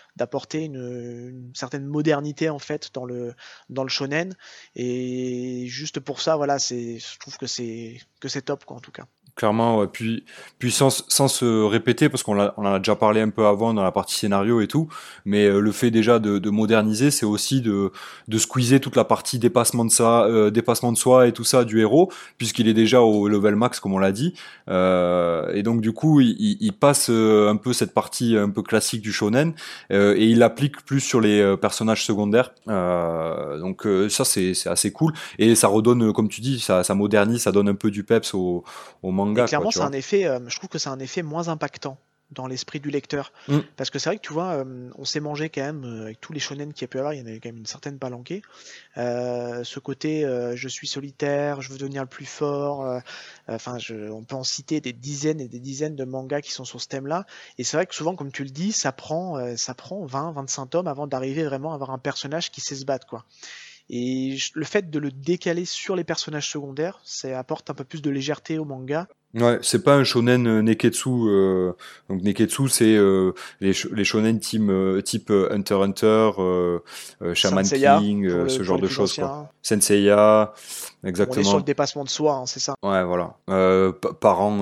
une certaine modernité, en fait, dans le shonen. Et juste pour ça, voilà, je trouve que c'est top, quoi, en tout cas. Clairement, ouais. Puis sans se répéter, parce on en a déjà parlé un peu avant dans la partie scénario et tout, mais le fait déjà de moderniser, c'est aussi de squeezer toute la partie dépassement de soi et tout ça du héros, puisqu'il est déjà au level max, comme on l'a dit. Et donc du coup, il passe un peu cette partie un peu classique du shonen, et il l'applique plus sur les personnages secondaires. Donc ça, c'est assez cool. Et ça redonne, comme tu dis, ça modernise, ça donne un peu du peps au manga. Et clairement, Quoi, c'est un effet, je trouve que c'est un effet moins impactant dans l'esprit du lecteur. Parce que c'est vrai que tu vois, on s'est mangé quand même, avec tous les shonen qu'il y a pu y avoir, il y en avait quand même une certaine palanquée. Ce côté, je suis solitaire, je veux devenir le plus fort, on peut en citer des dizaines et des dizaines de mangas qui sont sur ce thème-là. Et c'est vrai que souvent, comme tu le dis, ça prend 20, 25 tomes avant d'arriver vraiment à avoir un personnage qui sait se battre, quoi. Et le fait de le décaler sur les personnages secondaires, ça apporte un peu plus de légèreté au manga. Ouais, c'est pas un shonen neketsu. Donc neketsu, c'est les shonen type Hunter x Hunter, Shaman Senseiya, King, ce pour genre les de plus choses, quoi. anciens. Senseiya, On est sur le exactement. dépassement de soi, hein, c'est ça. Ouais, voilà. Parents,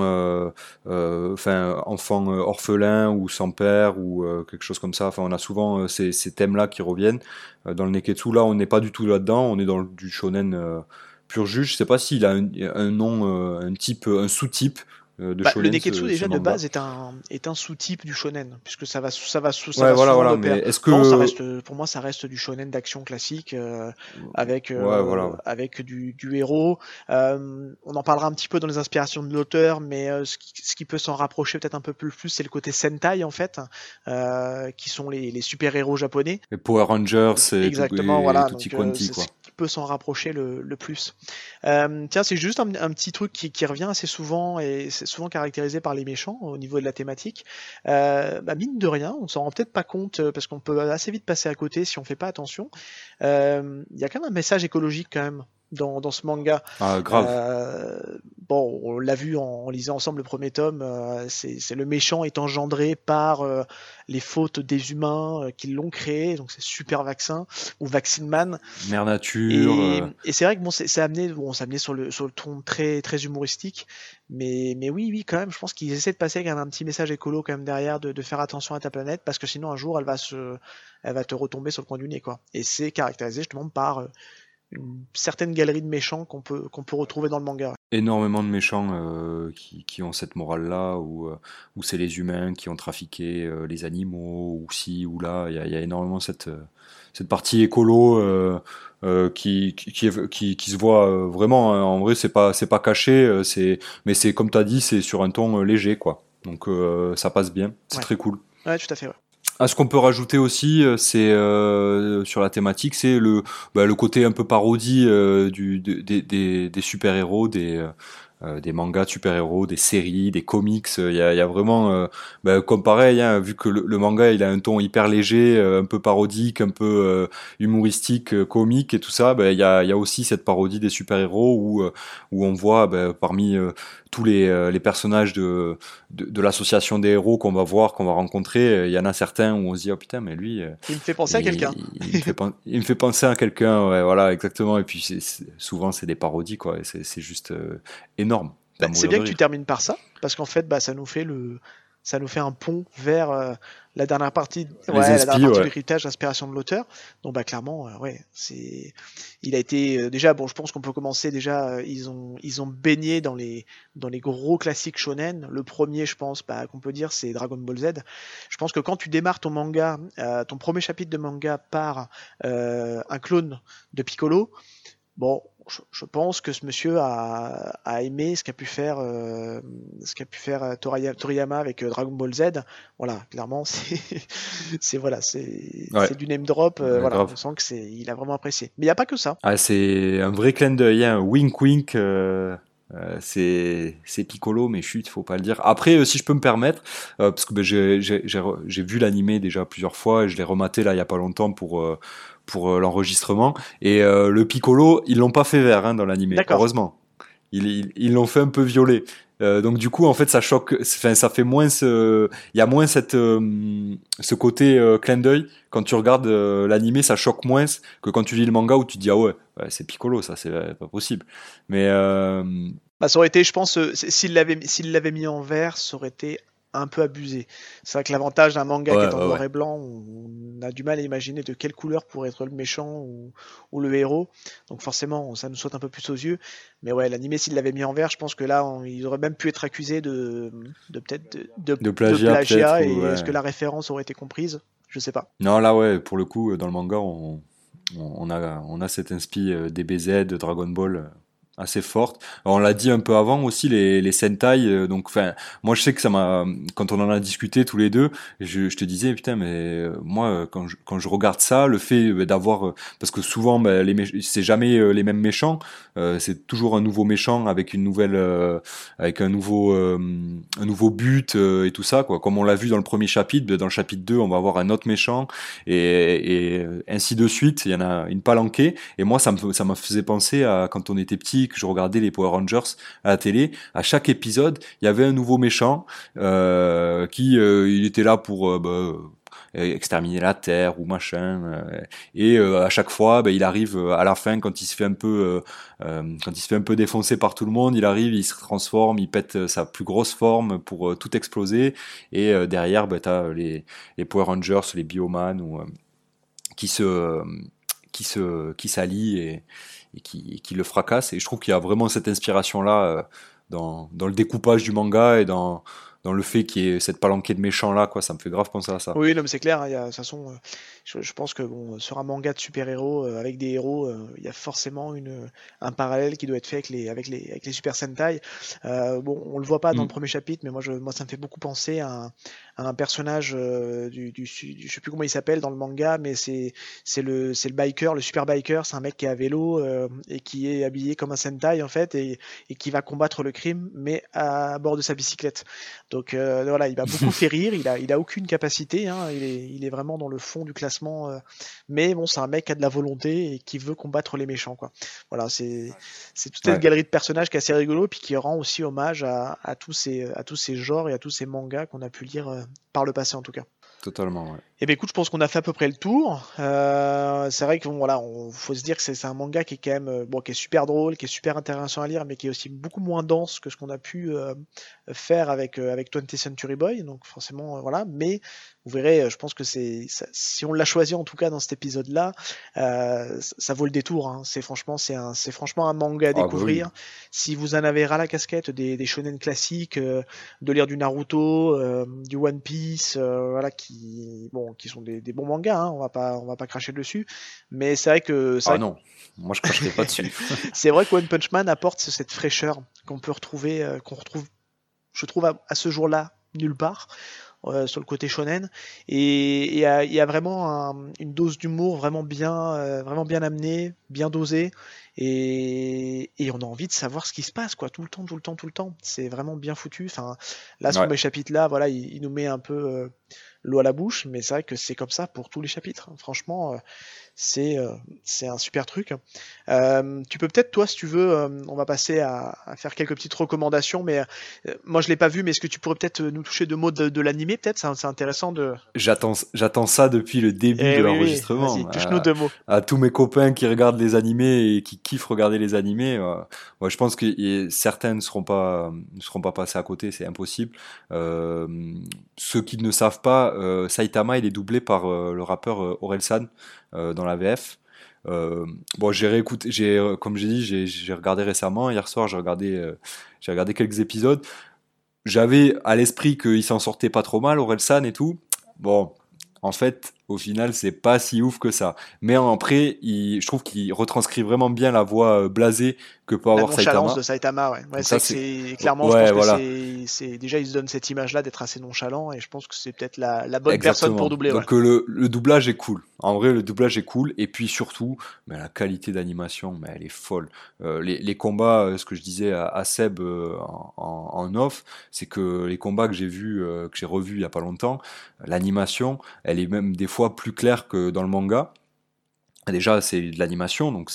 enfants orphelins ou sans père ou quelque chose comme ça. Enfin, on a souvent ces thèmes-là qui reviennent. Dans le neketsu, là, on n'est pas du tout là-dedans. On est dans du shonen pur jus. Je sais pas s'il a un nom, un sous-type de Le shonen, neketsu ce déjà de manga. base est un sous-type du shonen, puisque ça va Ouais, voilà, souvent voilà. de Mais pair. est-ce Non, que... pour moi, ça reste du shonen d'action classique, Ouais, voilà. Ouais. avec du héros. On en parlera un petit peu dans les inspirations de l'auteur, mais ce qui peut s'en rapprocher peut-être un peu plus, c'est le côté Sentai, en fait, qui sont les super-héros japonais. Les Power Rangers Exactement, et voilà. tutti Donc quanti, c'est ce quoi. qui peut s'en rapprocher le plus. Tiens, c'est juste un petit truc qui revient assez souvent et c'est souvent caractérisé par les méchants au niveau de la thématique. Mine de rien, on s'en rend peut-être pas compte parce qu'on peut assez vite passer à côté si on fait pas attention. Il y a quand même un message écologique quand même dans ce manga. Ah, grave. Bon, on l'a vu en lisant ensemble le premier tome, c'est le méchant est engendré par les fautes des humains qui l'ont créé, donc c'est Super Vaccin ou Vaccine Man. Mère Nature. Et c'est vrai que bon, c'est amené sur le ton très très humoristique, mais oui quand même, je pense qu'ils essaient de passer quand même un petit message écolo quand même derrière, de faire attention à ta planète parce que sinon un jour elle va te retomber sur le coin du nez, quoi. Et c'est caractérisé justement par une certaine galerie de méchants qu'on peut retrouver dans le manga. Énormément de méchants qui ont cette morale-là, où c'est les humains qui ont trafiqué les animaux, ou ci, ou là. Il y a énormément cette partie écolo qui se voit vraiment. Hein. En vrai, c'est pas caché, mais c'est comme tu as dit, c'est sur un ton léger, quoi. Donc ça passe bien, c'est Ouais. très cool. Ouais, tout à fait. Ouais. Ah, ce qu'on peut rajouter aussi, c'est sur la thématique, c'est le côté un peu parodie des super-héros, des mangas de super-héros, des séries, des comics. Il y a vraiment, comme pareil, hein, vu que le manga il a un ton hyper léger, un peu parodique, un peu humoristique, comique et tout ça, il y a aussi cette parodie des super-héros où on voit parmi tous les personnages de l'association des héros qu'on va voir, qu'on va rencontrer, il y en a certains où on se dit oh putain mais lui Il me fait penser à quelqu'un. il me fait penser à quelqu'un, ouais, voilà exactement. Et puis souvent c'est des parodies, quoi, et c'est juste énorme. C'est bien que tu termines par ça, parce qu'en fait, ça nous fait un pont vers la dernière partie, la dernière partie de l'héritage, l'inspiration de l'auteur. Donc clairement, il a été déjà bon. Je pense qu'on peut commencer déjà. Ils ont baigné dans les gros classiques shonen. Le premier, je pense, qu'on peut dire, c'est Dragon Ball Z. Je pense que quand tu démarres ton manga, ton premier chapitre de manga par un clone de Piccolo. Bon, je pense que ce monsieur a aimé ce qu'a pu faire Toriyama avec Dragon Ball Z. Voilà, clairement, Ouais, c'est du name drop. Voilà, grave. on sent il a vraiment apprécié. Mais il n'y a pas que ça. Ah, c'est un vrai clin d'œil, hein. Wink wink. C'est Piccolo, mais chut, faut pas le dire. Après, si je peux me permettre, parce que ben, j'ai vu l'animé déjà plusieurs fois et je l'ai rematé là il y a pas longtemps pour l'enregistrement. Et le Piccolo, ils l'ont pas fait vert dans l'animé, D'accord. heureusement. Ils l'ont fait un peu violet. Donc du coup, en fait, ça choque. Enfin, ça fait moins il y a moins ce côté clin d'œil. Quand tu regardes l'animé, ça choque moins que quand tu lis le manga où tu te dis ah ouais, c'est Piccolo, ça c'est pas possible. Mais Bah, ça aurait été, je pense, s'il l'avait mis en vert, ça aurait été un peu abusé. C'est vrai que l'avantage d'un manga qui est en ouais, noir ouais. et blanc, on a du mal à imaginer de quelle couleur pourrait être le méchant ou le héros. Donc forcément, ça nous saute un peu plus aux yeux. Mais ouais, l'animé, s'il l'avait mis en vert, je pense que là, il aurait même pu être accusé de peut-être De de plagiat peut-être plagiat. ou Et est-ce ouais. que la référence aurait été comprise? Je sais pas. Non, là, ouais, pour le coup, dans le manga, on a cette inspi DBZ, de Dragon Ball, assez forte. Alors, on l'a dit un peu avant aussi, les Sentai. Donc, enfin, moi, je sais que quand on en a discuté tous les deux, je te disais, putain, mais moi, quand je regarde ça, le fait d'avoir, parce que souvent, ben, c'est jamais les mêmes méchants. C'est toujours un nouveau méchant avec une nouvelle, avec un nouveau but et tout ça, quoi. Comme on l'a vu dans le premier chapitre, ben, dans le chapitre 2, on va avoir un autre méchant et ainsi de suite. Il y en a une palanquée. Et moi, ça m'a faisait penser à quand on était petit, que je regardais les Power Rangers à la télé. À chaque épisode, il y avait un nouveau méchant il était là pour exterminer la Terre ou machin. Et à chaque fois, ben, il arrive à la fin quand il se fait un peu quand il se fait un peu défoncer par tout le monde, il arrive, il se transforme, il pète sa plus grosse forme pour tout exploser. Et derrière, ben, t'as les Power Rangers, les Bioman ou qui se qui s'allient et qui le fracasse. Et je trouve qu'il y a vraiment cette inspiration-là dans le découpage du manga et dans le fait qu'il y ait cette palanquée de méchants là, quoi. Ça me fait grave penser à ça. Oui, non, mais c'est clair, hein, de toute façon, je pense que bon, sur un manga de super-héros, avec des héros, il y a forcément un parallèle qui doit être fait avec les Super Sentai. Bon, on le voit pas dans le Mm. premier chapitre, mais moi, ça me fait beaucoup penser à un personnage je sais plus comment il s'appelle dans le manga, mais c'est le biker, le super biker, c'est un mec qui est à vélo et qui est habillé comme un Sentai en fait, et qui va combattre le crime, mais à bord de sa bicyclette. Donc voilà, il m'a beaucoup fait rire. Il a aucune capacité, hein, il est vraiment dans le fond du classement. Mais bon, c'est un mec qui a de la volonté et qui veut combattre les méchants, quoi. Voilà, c'est toute cette Ouais, galerie de personnages qui est assez rigolo, puis qui rend aussi hommage à tous ces genres et à tous ces mangas qu'on a pu lire par le passé en tout cas. totalement. Ouais. Eh bien, écoute, je pense qu'on a fait à peu près le tour. C'est vrai que bon, voilà, faut se dire que c'est un manga qui est quand même bon, qui est super drôle, qui est super intéressant à lire, mais qui est aussi beaucoup moins dense que ce qu'on a pu faire avec 20th Century Boy. Donc forcément, voilà. Mais vous verrez, je pense que si on l'a choisi en tout cas dans cet épisode-là, ça vaut le détour, hein. C'est franchement un manga à Ah bah oui. découvrir. Si vous en avez ras la casquette des shonen classiques, de lire du Naruto, du One Piece, voilà, qui sont des bons mangas, hein, on va pas cracher dessus, mais Ah non, moi je cracherai pas dessus. c'est vrai que One Punch Man apporte cette fraîcheur qu'on retrouve, je trouve à ce jour-là nulle part. Sur le côté shonen, et il y a vraiment une dose d'humour vraiment bien amenée, bien dosée, et on a envie de savoir ce qui se passe, quoi, tout le temps, tout le temps, tout le temps. C'est vraiment bien foutu. Enfin, là, ce Ouais. premier chapitre-là, voilà, il nous met un peu l'eau à la bouche, mais c'est vrai que c'est comme ça pour tous les chapitres. Franchement, c'est euh, c'est un super truc. Tu peux peut-être, toi, si tu veux, on va passer à faire quelques petites recommandations, mais moi je l'ai pas vu, mais est-ce que tu pourrais peut-être nous toucher deux mots de l'animé, peut-être? C'est intéressant de. J'attends ça depuis le début de Eh oui, oui, l'enregistrement. vas-y, touche-nous deux mots. À tous mes copains qui regardent les animés et qui kiffent regarder les animés, ouais, je pense que certains ne seront pas passés à côté, c'est impossible. Euh, Ceux qui ne savent pas, Saitama, il est doublé par le rappeur Orelsan dans la VF. Bon, j'ai réécouté, comme j'ai dit, j'ai regardé récemment. Hier soir, j'ai regardé quelques épisodes. J'avais à l'esprit qu'il s'en sortait pas trop mal, Orelsan et tout. Bon, en fait, au final, c'est pas si ouf que ça. Mais après, je trouve qu'il retranscrit vraiment bien la voix blasée que peut La avoir nonchalance de Saitama. Saitama, ouais. Ouais, Donc c'est vrai ça, que c'est... c'est clairement, je pense Ouais, que voilà. c'est déjà il se donne cette image-là d'être assez nonchalant et je pense que c'est peut-être la bonne personne pour Exactement. doubler, ouais. Donc le doublage est cool. En vrai, le doublage est cool. Et puis surtout, mais la qualité d'animation, mais elle est folle. Les combats, ce que je disais à Seb en off, c'est que les combats que j'ai vus, que j'ai revus il y a pas longtemps, l'animation, elle est même des fois plus claire que dans le manga. Déjà, c'est de l'animation, donc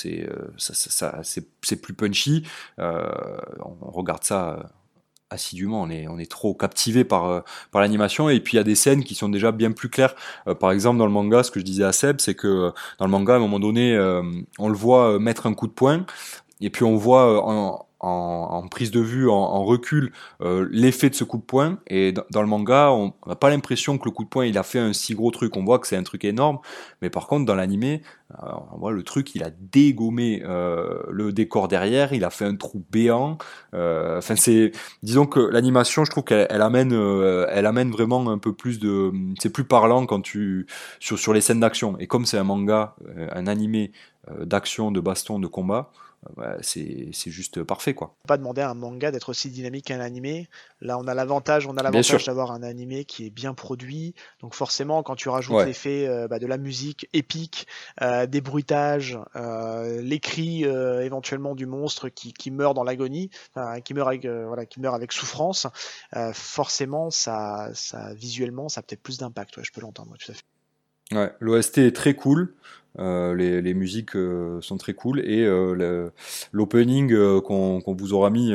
c'est plus punchy. Euh, on regarde ça assidûment, on est trop captivé par l'animation, et puis il y a des scènes qui sont déjà bien plus claires. Par exemple, dans le manga, ce que je disais à Seb, c'est que dans le manga, à un moment donné, on le voit mettre un coup de poing, et puis on voit en prise de vue, en recul, l'effet de ce coup de poing. Et dans le manga, on n'a pas l'impression que le coup de poing il a fait un si gros truc. On voit que c'est un truc énorme, mais par contre dans l'animé, on voit le truc, il a dégommé le décor derrière, il a fait un trou béant. Enfin disons que l'animation, je trouve elle amène vraiment un peu plus de, c'est plus parlant quand sur les scènes d'action. Et comme c'est un manga, un animé d'action, de baston, de combat. Ouais, c'est juste parfait, quoi. Pas demander à un manga d'être aussi dynamique qu'un animé. Là, on a Bien l'avantage sûr. d'avoir un animé qui est bien produit. Donc forcément, quand tu rajoutes Ouais. l'effet de la musique épique, des bruitages, les cris éventuellement du monstre qui meurt dans l'agonie, qui meurt avec voilà, qui meurt avec souffrance, forcément, ça visuellement, ça a peut-être plus d'impact. Ouais, je peux l'entendre, ouais, tout à fait. Ouais, l'OST est très cool. Les musiques sont très cool, et l'opening qu'on vous aura mis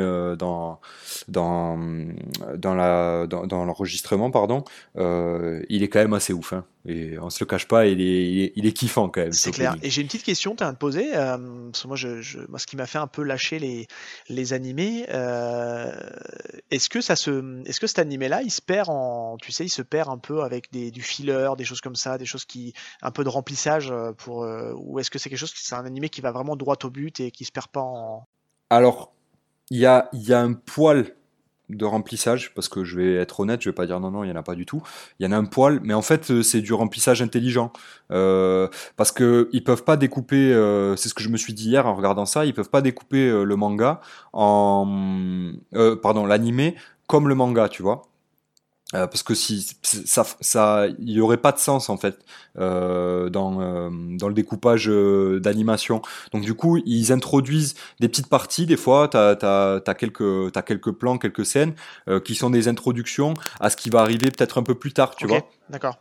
dans, dans l'enregistrement, pardon, il est quand même assez ouf, hein. Et on se le cache pas, il est kiffant quand même, cet C'est clair. opening. Et j'ai une petite question à te poser, parce que moi, moi, ce qui m'a fait un peu lâcher les animés, est-ce que cet animé-là, il se perd tu sais, il se perd un peu avec du filler, des choses comme ça, des choses un peu de remplissage ou est-ce que c'est quelque chose, c'est un animé qui va vraiment droit au but et qui se perd pas en. Alors, il y a un poil de remplissage, parce que je vais être honnête, je vais pas dire non, non, il y en a pas du tout. Il y en a un poil, mais en fait, c'est du remplissage intelligent. Parce que ils peuvent pas découper, c'est ce que je me suis dit hier en regardant ça, ils peuvent pas découper le manga pardon, l'animé comme le manga, tu vois. Parce que si il y aurait pas de sens en fait dans le découpage d'animation. Donc du coup, ils introduisent des petites parties. Des fois, t'as quelques plans, quelques scènes qui sont des introductions à ce qui va arriver peut-être un peu plus tard, tu Ok, vois. d'accord.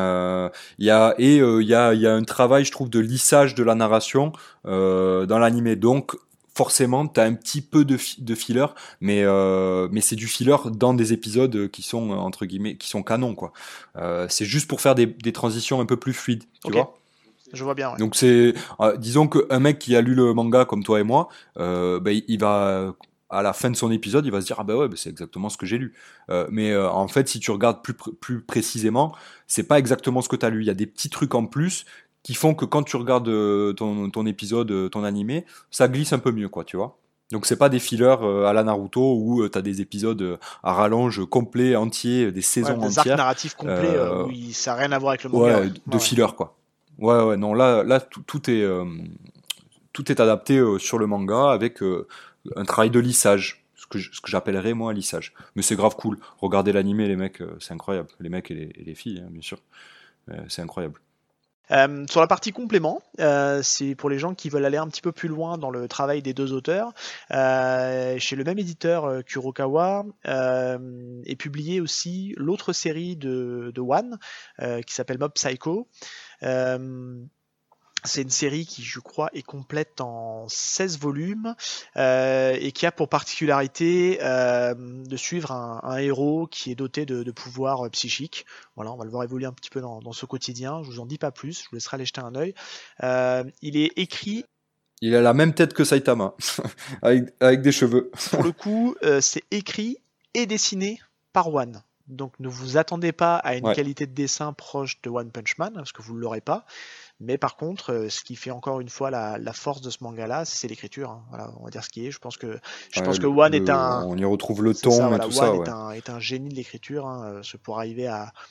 Il y a un travail, je trouve, de lissage de la narration dans l'animé. Donc forcément, tu as un petit peu de filler, mais c'est du filler dans des épisodes qui sont entre guillemets, qui sont canons, quoi. C'est juste pour faire des transitions un peu plus fluides, tu Ok, vois. je vois bien, ouais. Donc disons qu'un mec qui a lu le manga comme toi et moi, il va à la fin de son épisode, il va se dire ah bah ouais, bah c'est exactement ce que j'ai lu. Mais en fait, si tu regardes plus précisément, c'est pas exactement ce que tu as lu. Il y a des petits trucs en plus qui font que quand tu regardes ton épisode, ton animé, ça glisse un peu mieux, quoi, tu vois. Donc c'est pas des fillers à la Naruto où tu as des épisodes à rallonge complets, entiers, des Ouais, saisons des arcs entières. narratifs complets Euh, ça n'a rien à voir avec le manga, ouais. ouais, Ouais, de ouais. filler, quoi. Ouais, ouais, non, là tout est adapté sur le manga avec un travail de lissage, ce que j'appellerais moi un lissage. Mais c'est grave cool. Regardez l'animé, les mecs, c'est incroyable. Les mecs et les filles, hein, bien sûr. C'est incroyable. Sur la partie complément, c'est pour les gens qui veulent aller un petit peu plus loin dans le travail des deux auteurs. Chez le même éditeur, Kurokawa, est publié aussi l'autre série de One, qui s'appelle Mob Psycho. Euh, c'est une série qui, je crois, est complète en 16 volumes et qui a pour particularité de suivre un héros qui est doté de pouvoirs psychiques. Voilà, on va le voir évoluer un petit peu dans ce quotidien. Je vous en dis pas plus, je vous laisserai aller jeter un œil. Il est écrit, Il a la même tête que Saitama, avec des cheveux. pour le coup, c'est écrit et dessiné par One. Donc ne vous attendez pas à une Ouais, qualité de dessin proche de One Punch Man, parce que vous ne l'aurez pas. Mais par contre, ce qui fait encore une fois la force de ce manga-là, c'est l'écriture, hein. Voilà, on va dire ce qui est. Je pense ouais, que One est on y retrouve le c'est ça, ton et voilà, tout ça, One ouais. est un génie de l'écriture, hein, pour arriver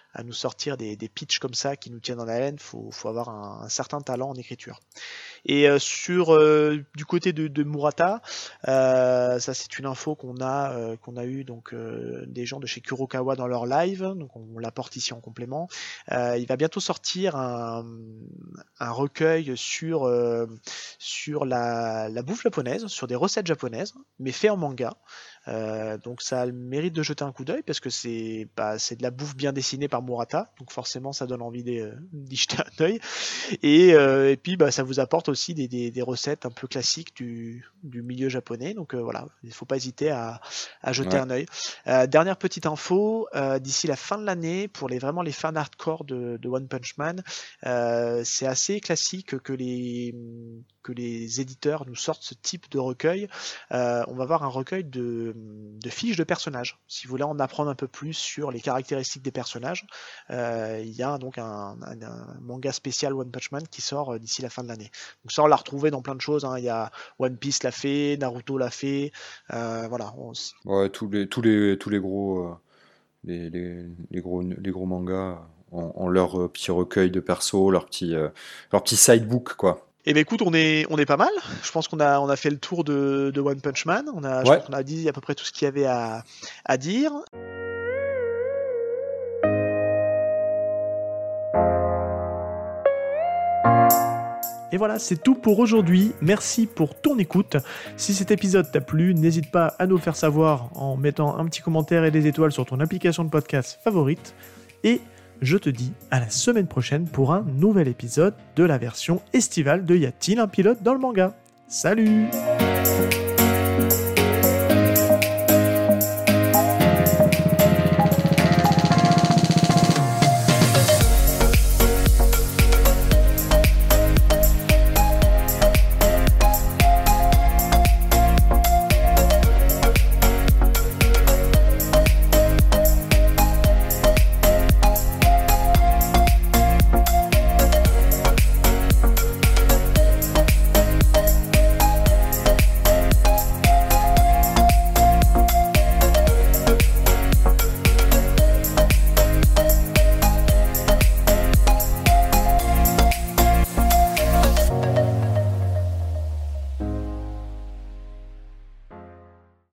nous sortir des pitchs comme ça qui nous tiennent en haleine. Faut avoir un certain talent en écriture. Et du côté de Murata, ça c'est une info qu'on a eu donc des gens de chez Kurokawa dans leur live, donc on l'apporte ici en complément. Il va bientôt sortir un recueil sur la bouffe japonaise, sur des recettes japonaises, mais fait en manga. Donc ça a le mérite de jeter un coup d'œil parce que c'est de la bouffe bien dessinée par Murata, donc forcément ça donne envie d'y jeter un œil. Et puis ça vous apporte aussi des recettes un peu classiques du milieu japonais, donc voilà, il ne faut pas hésiter à jeter un œil. Dernière petite info, d'ici la fin de l'année, pour les fans hardcore de One Punch Man, c'est assez classique que les éditeurs nous sortent ce type de recueil. On va avoir un recueil de fiches de personnages. Si vous voulez en apprendre un peu plus sur les caractéristiques des personnages, il y a donc un manga spécial One Punch Man qui sort d'ici la fin de l'année. Donc ça, on l'a retrouvé dans plein de choses. Il y a One Piece l'a fait, Naruto l'a fait. Voilà. Tous les gros, les gros mangas ont leur petit recueil de persos, leur petit sidebook, quoi. Eh bien écoute, on est pas mal. Je pense qu'on a fait le tour de One Punch Man. Je pense qu'on a dit à peu près tout ce qu'il y avait à dire. Et voilà, c'est tout pour aujourd'hui. Merci pour ton écoute. Si cet épisode t'a plu, n'hésite pas à nous le faire savoir en mettant un petit commentaire et des étoiles sur ton application de podcast favorite. Et je te dis à la semaine prochaine pour un nouvel épisode de la version estivale de Y a-t-il un pilote dans le manga ? Salut !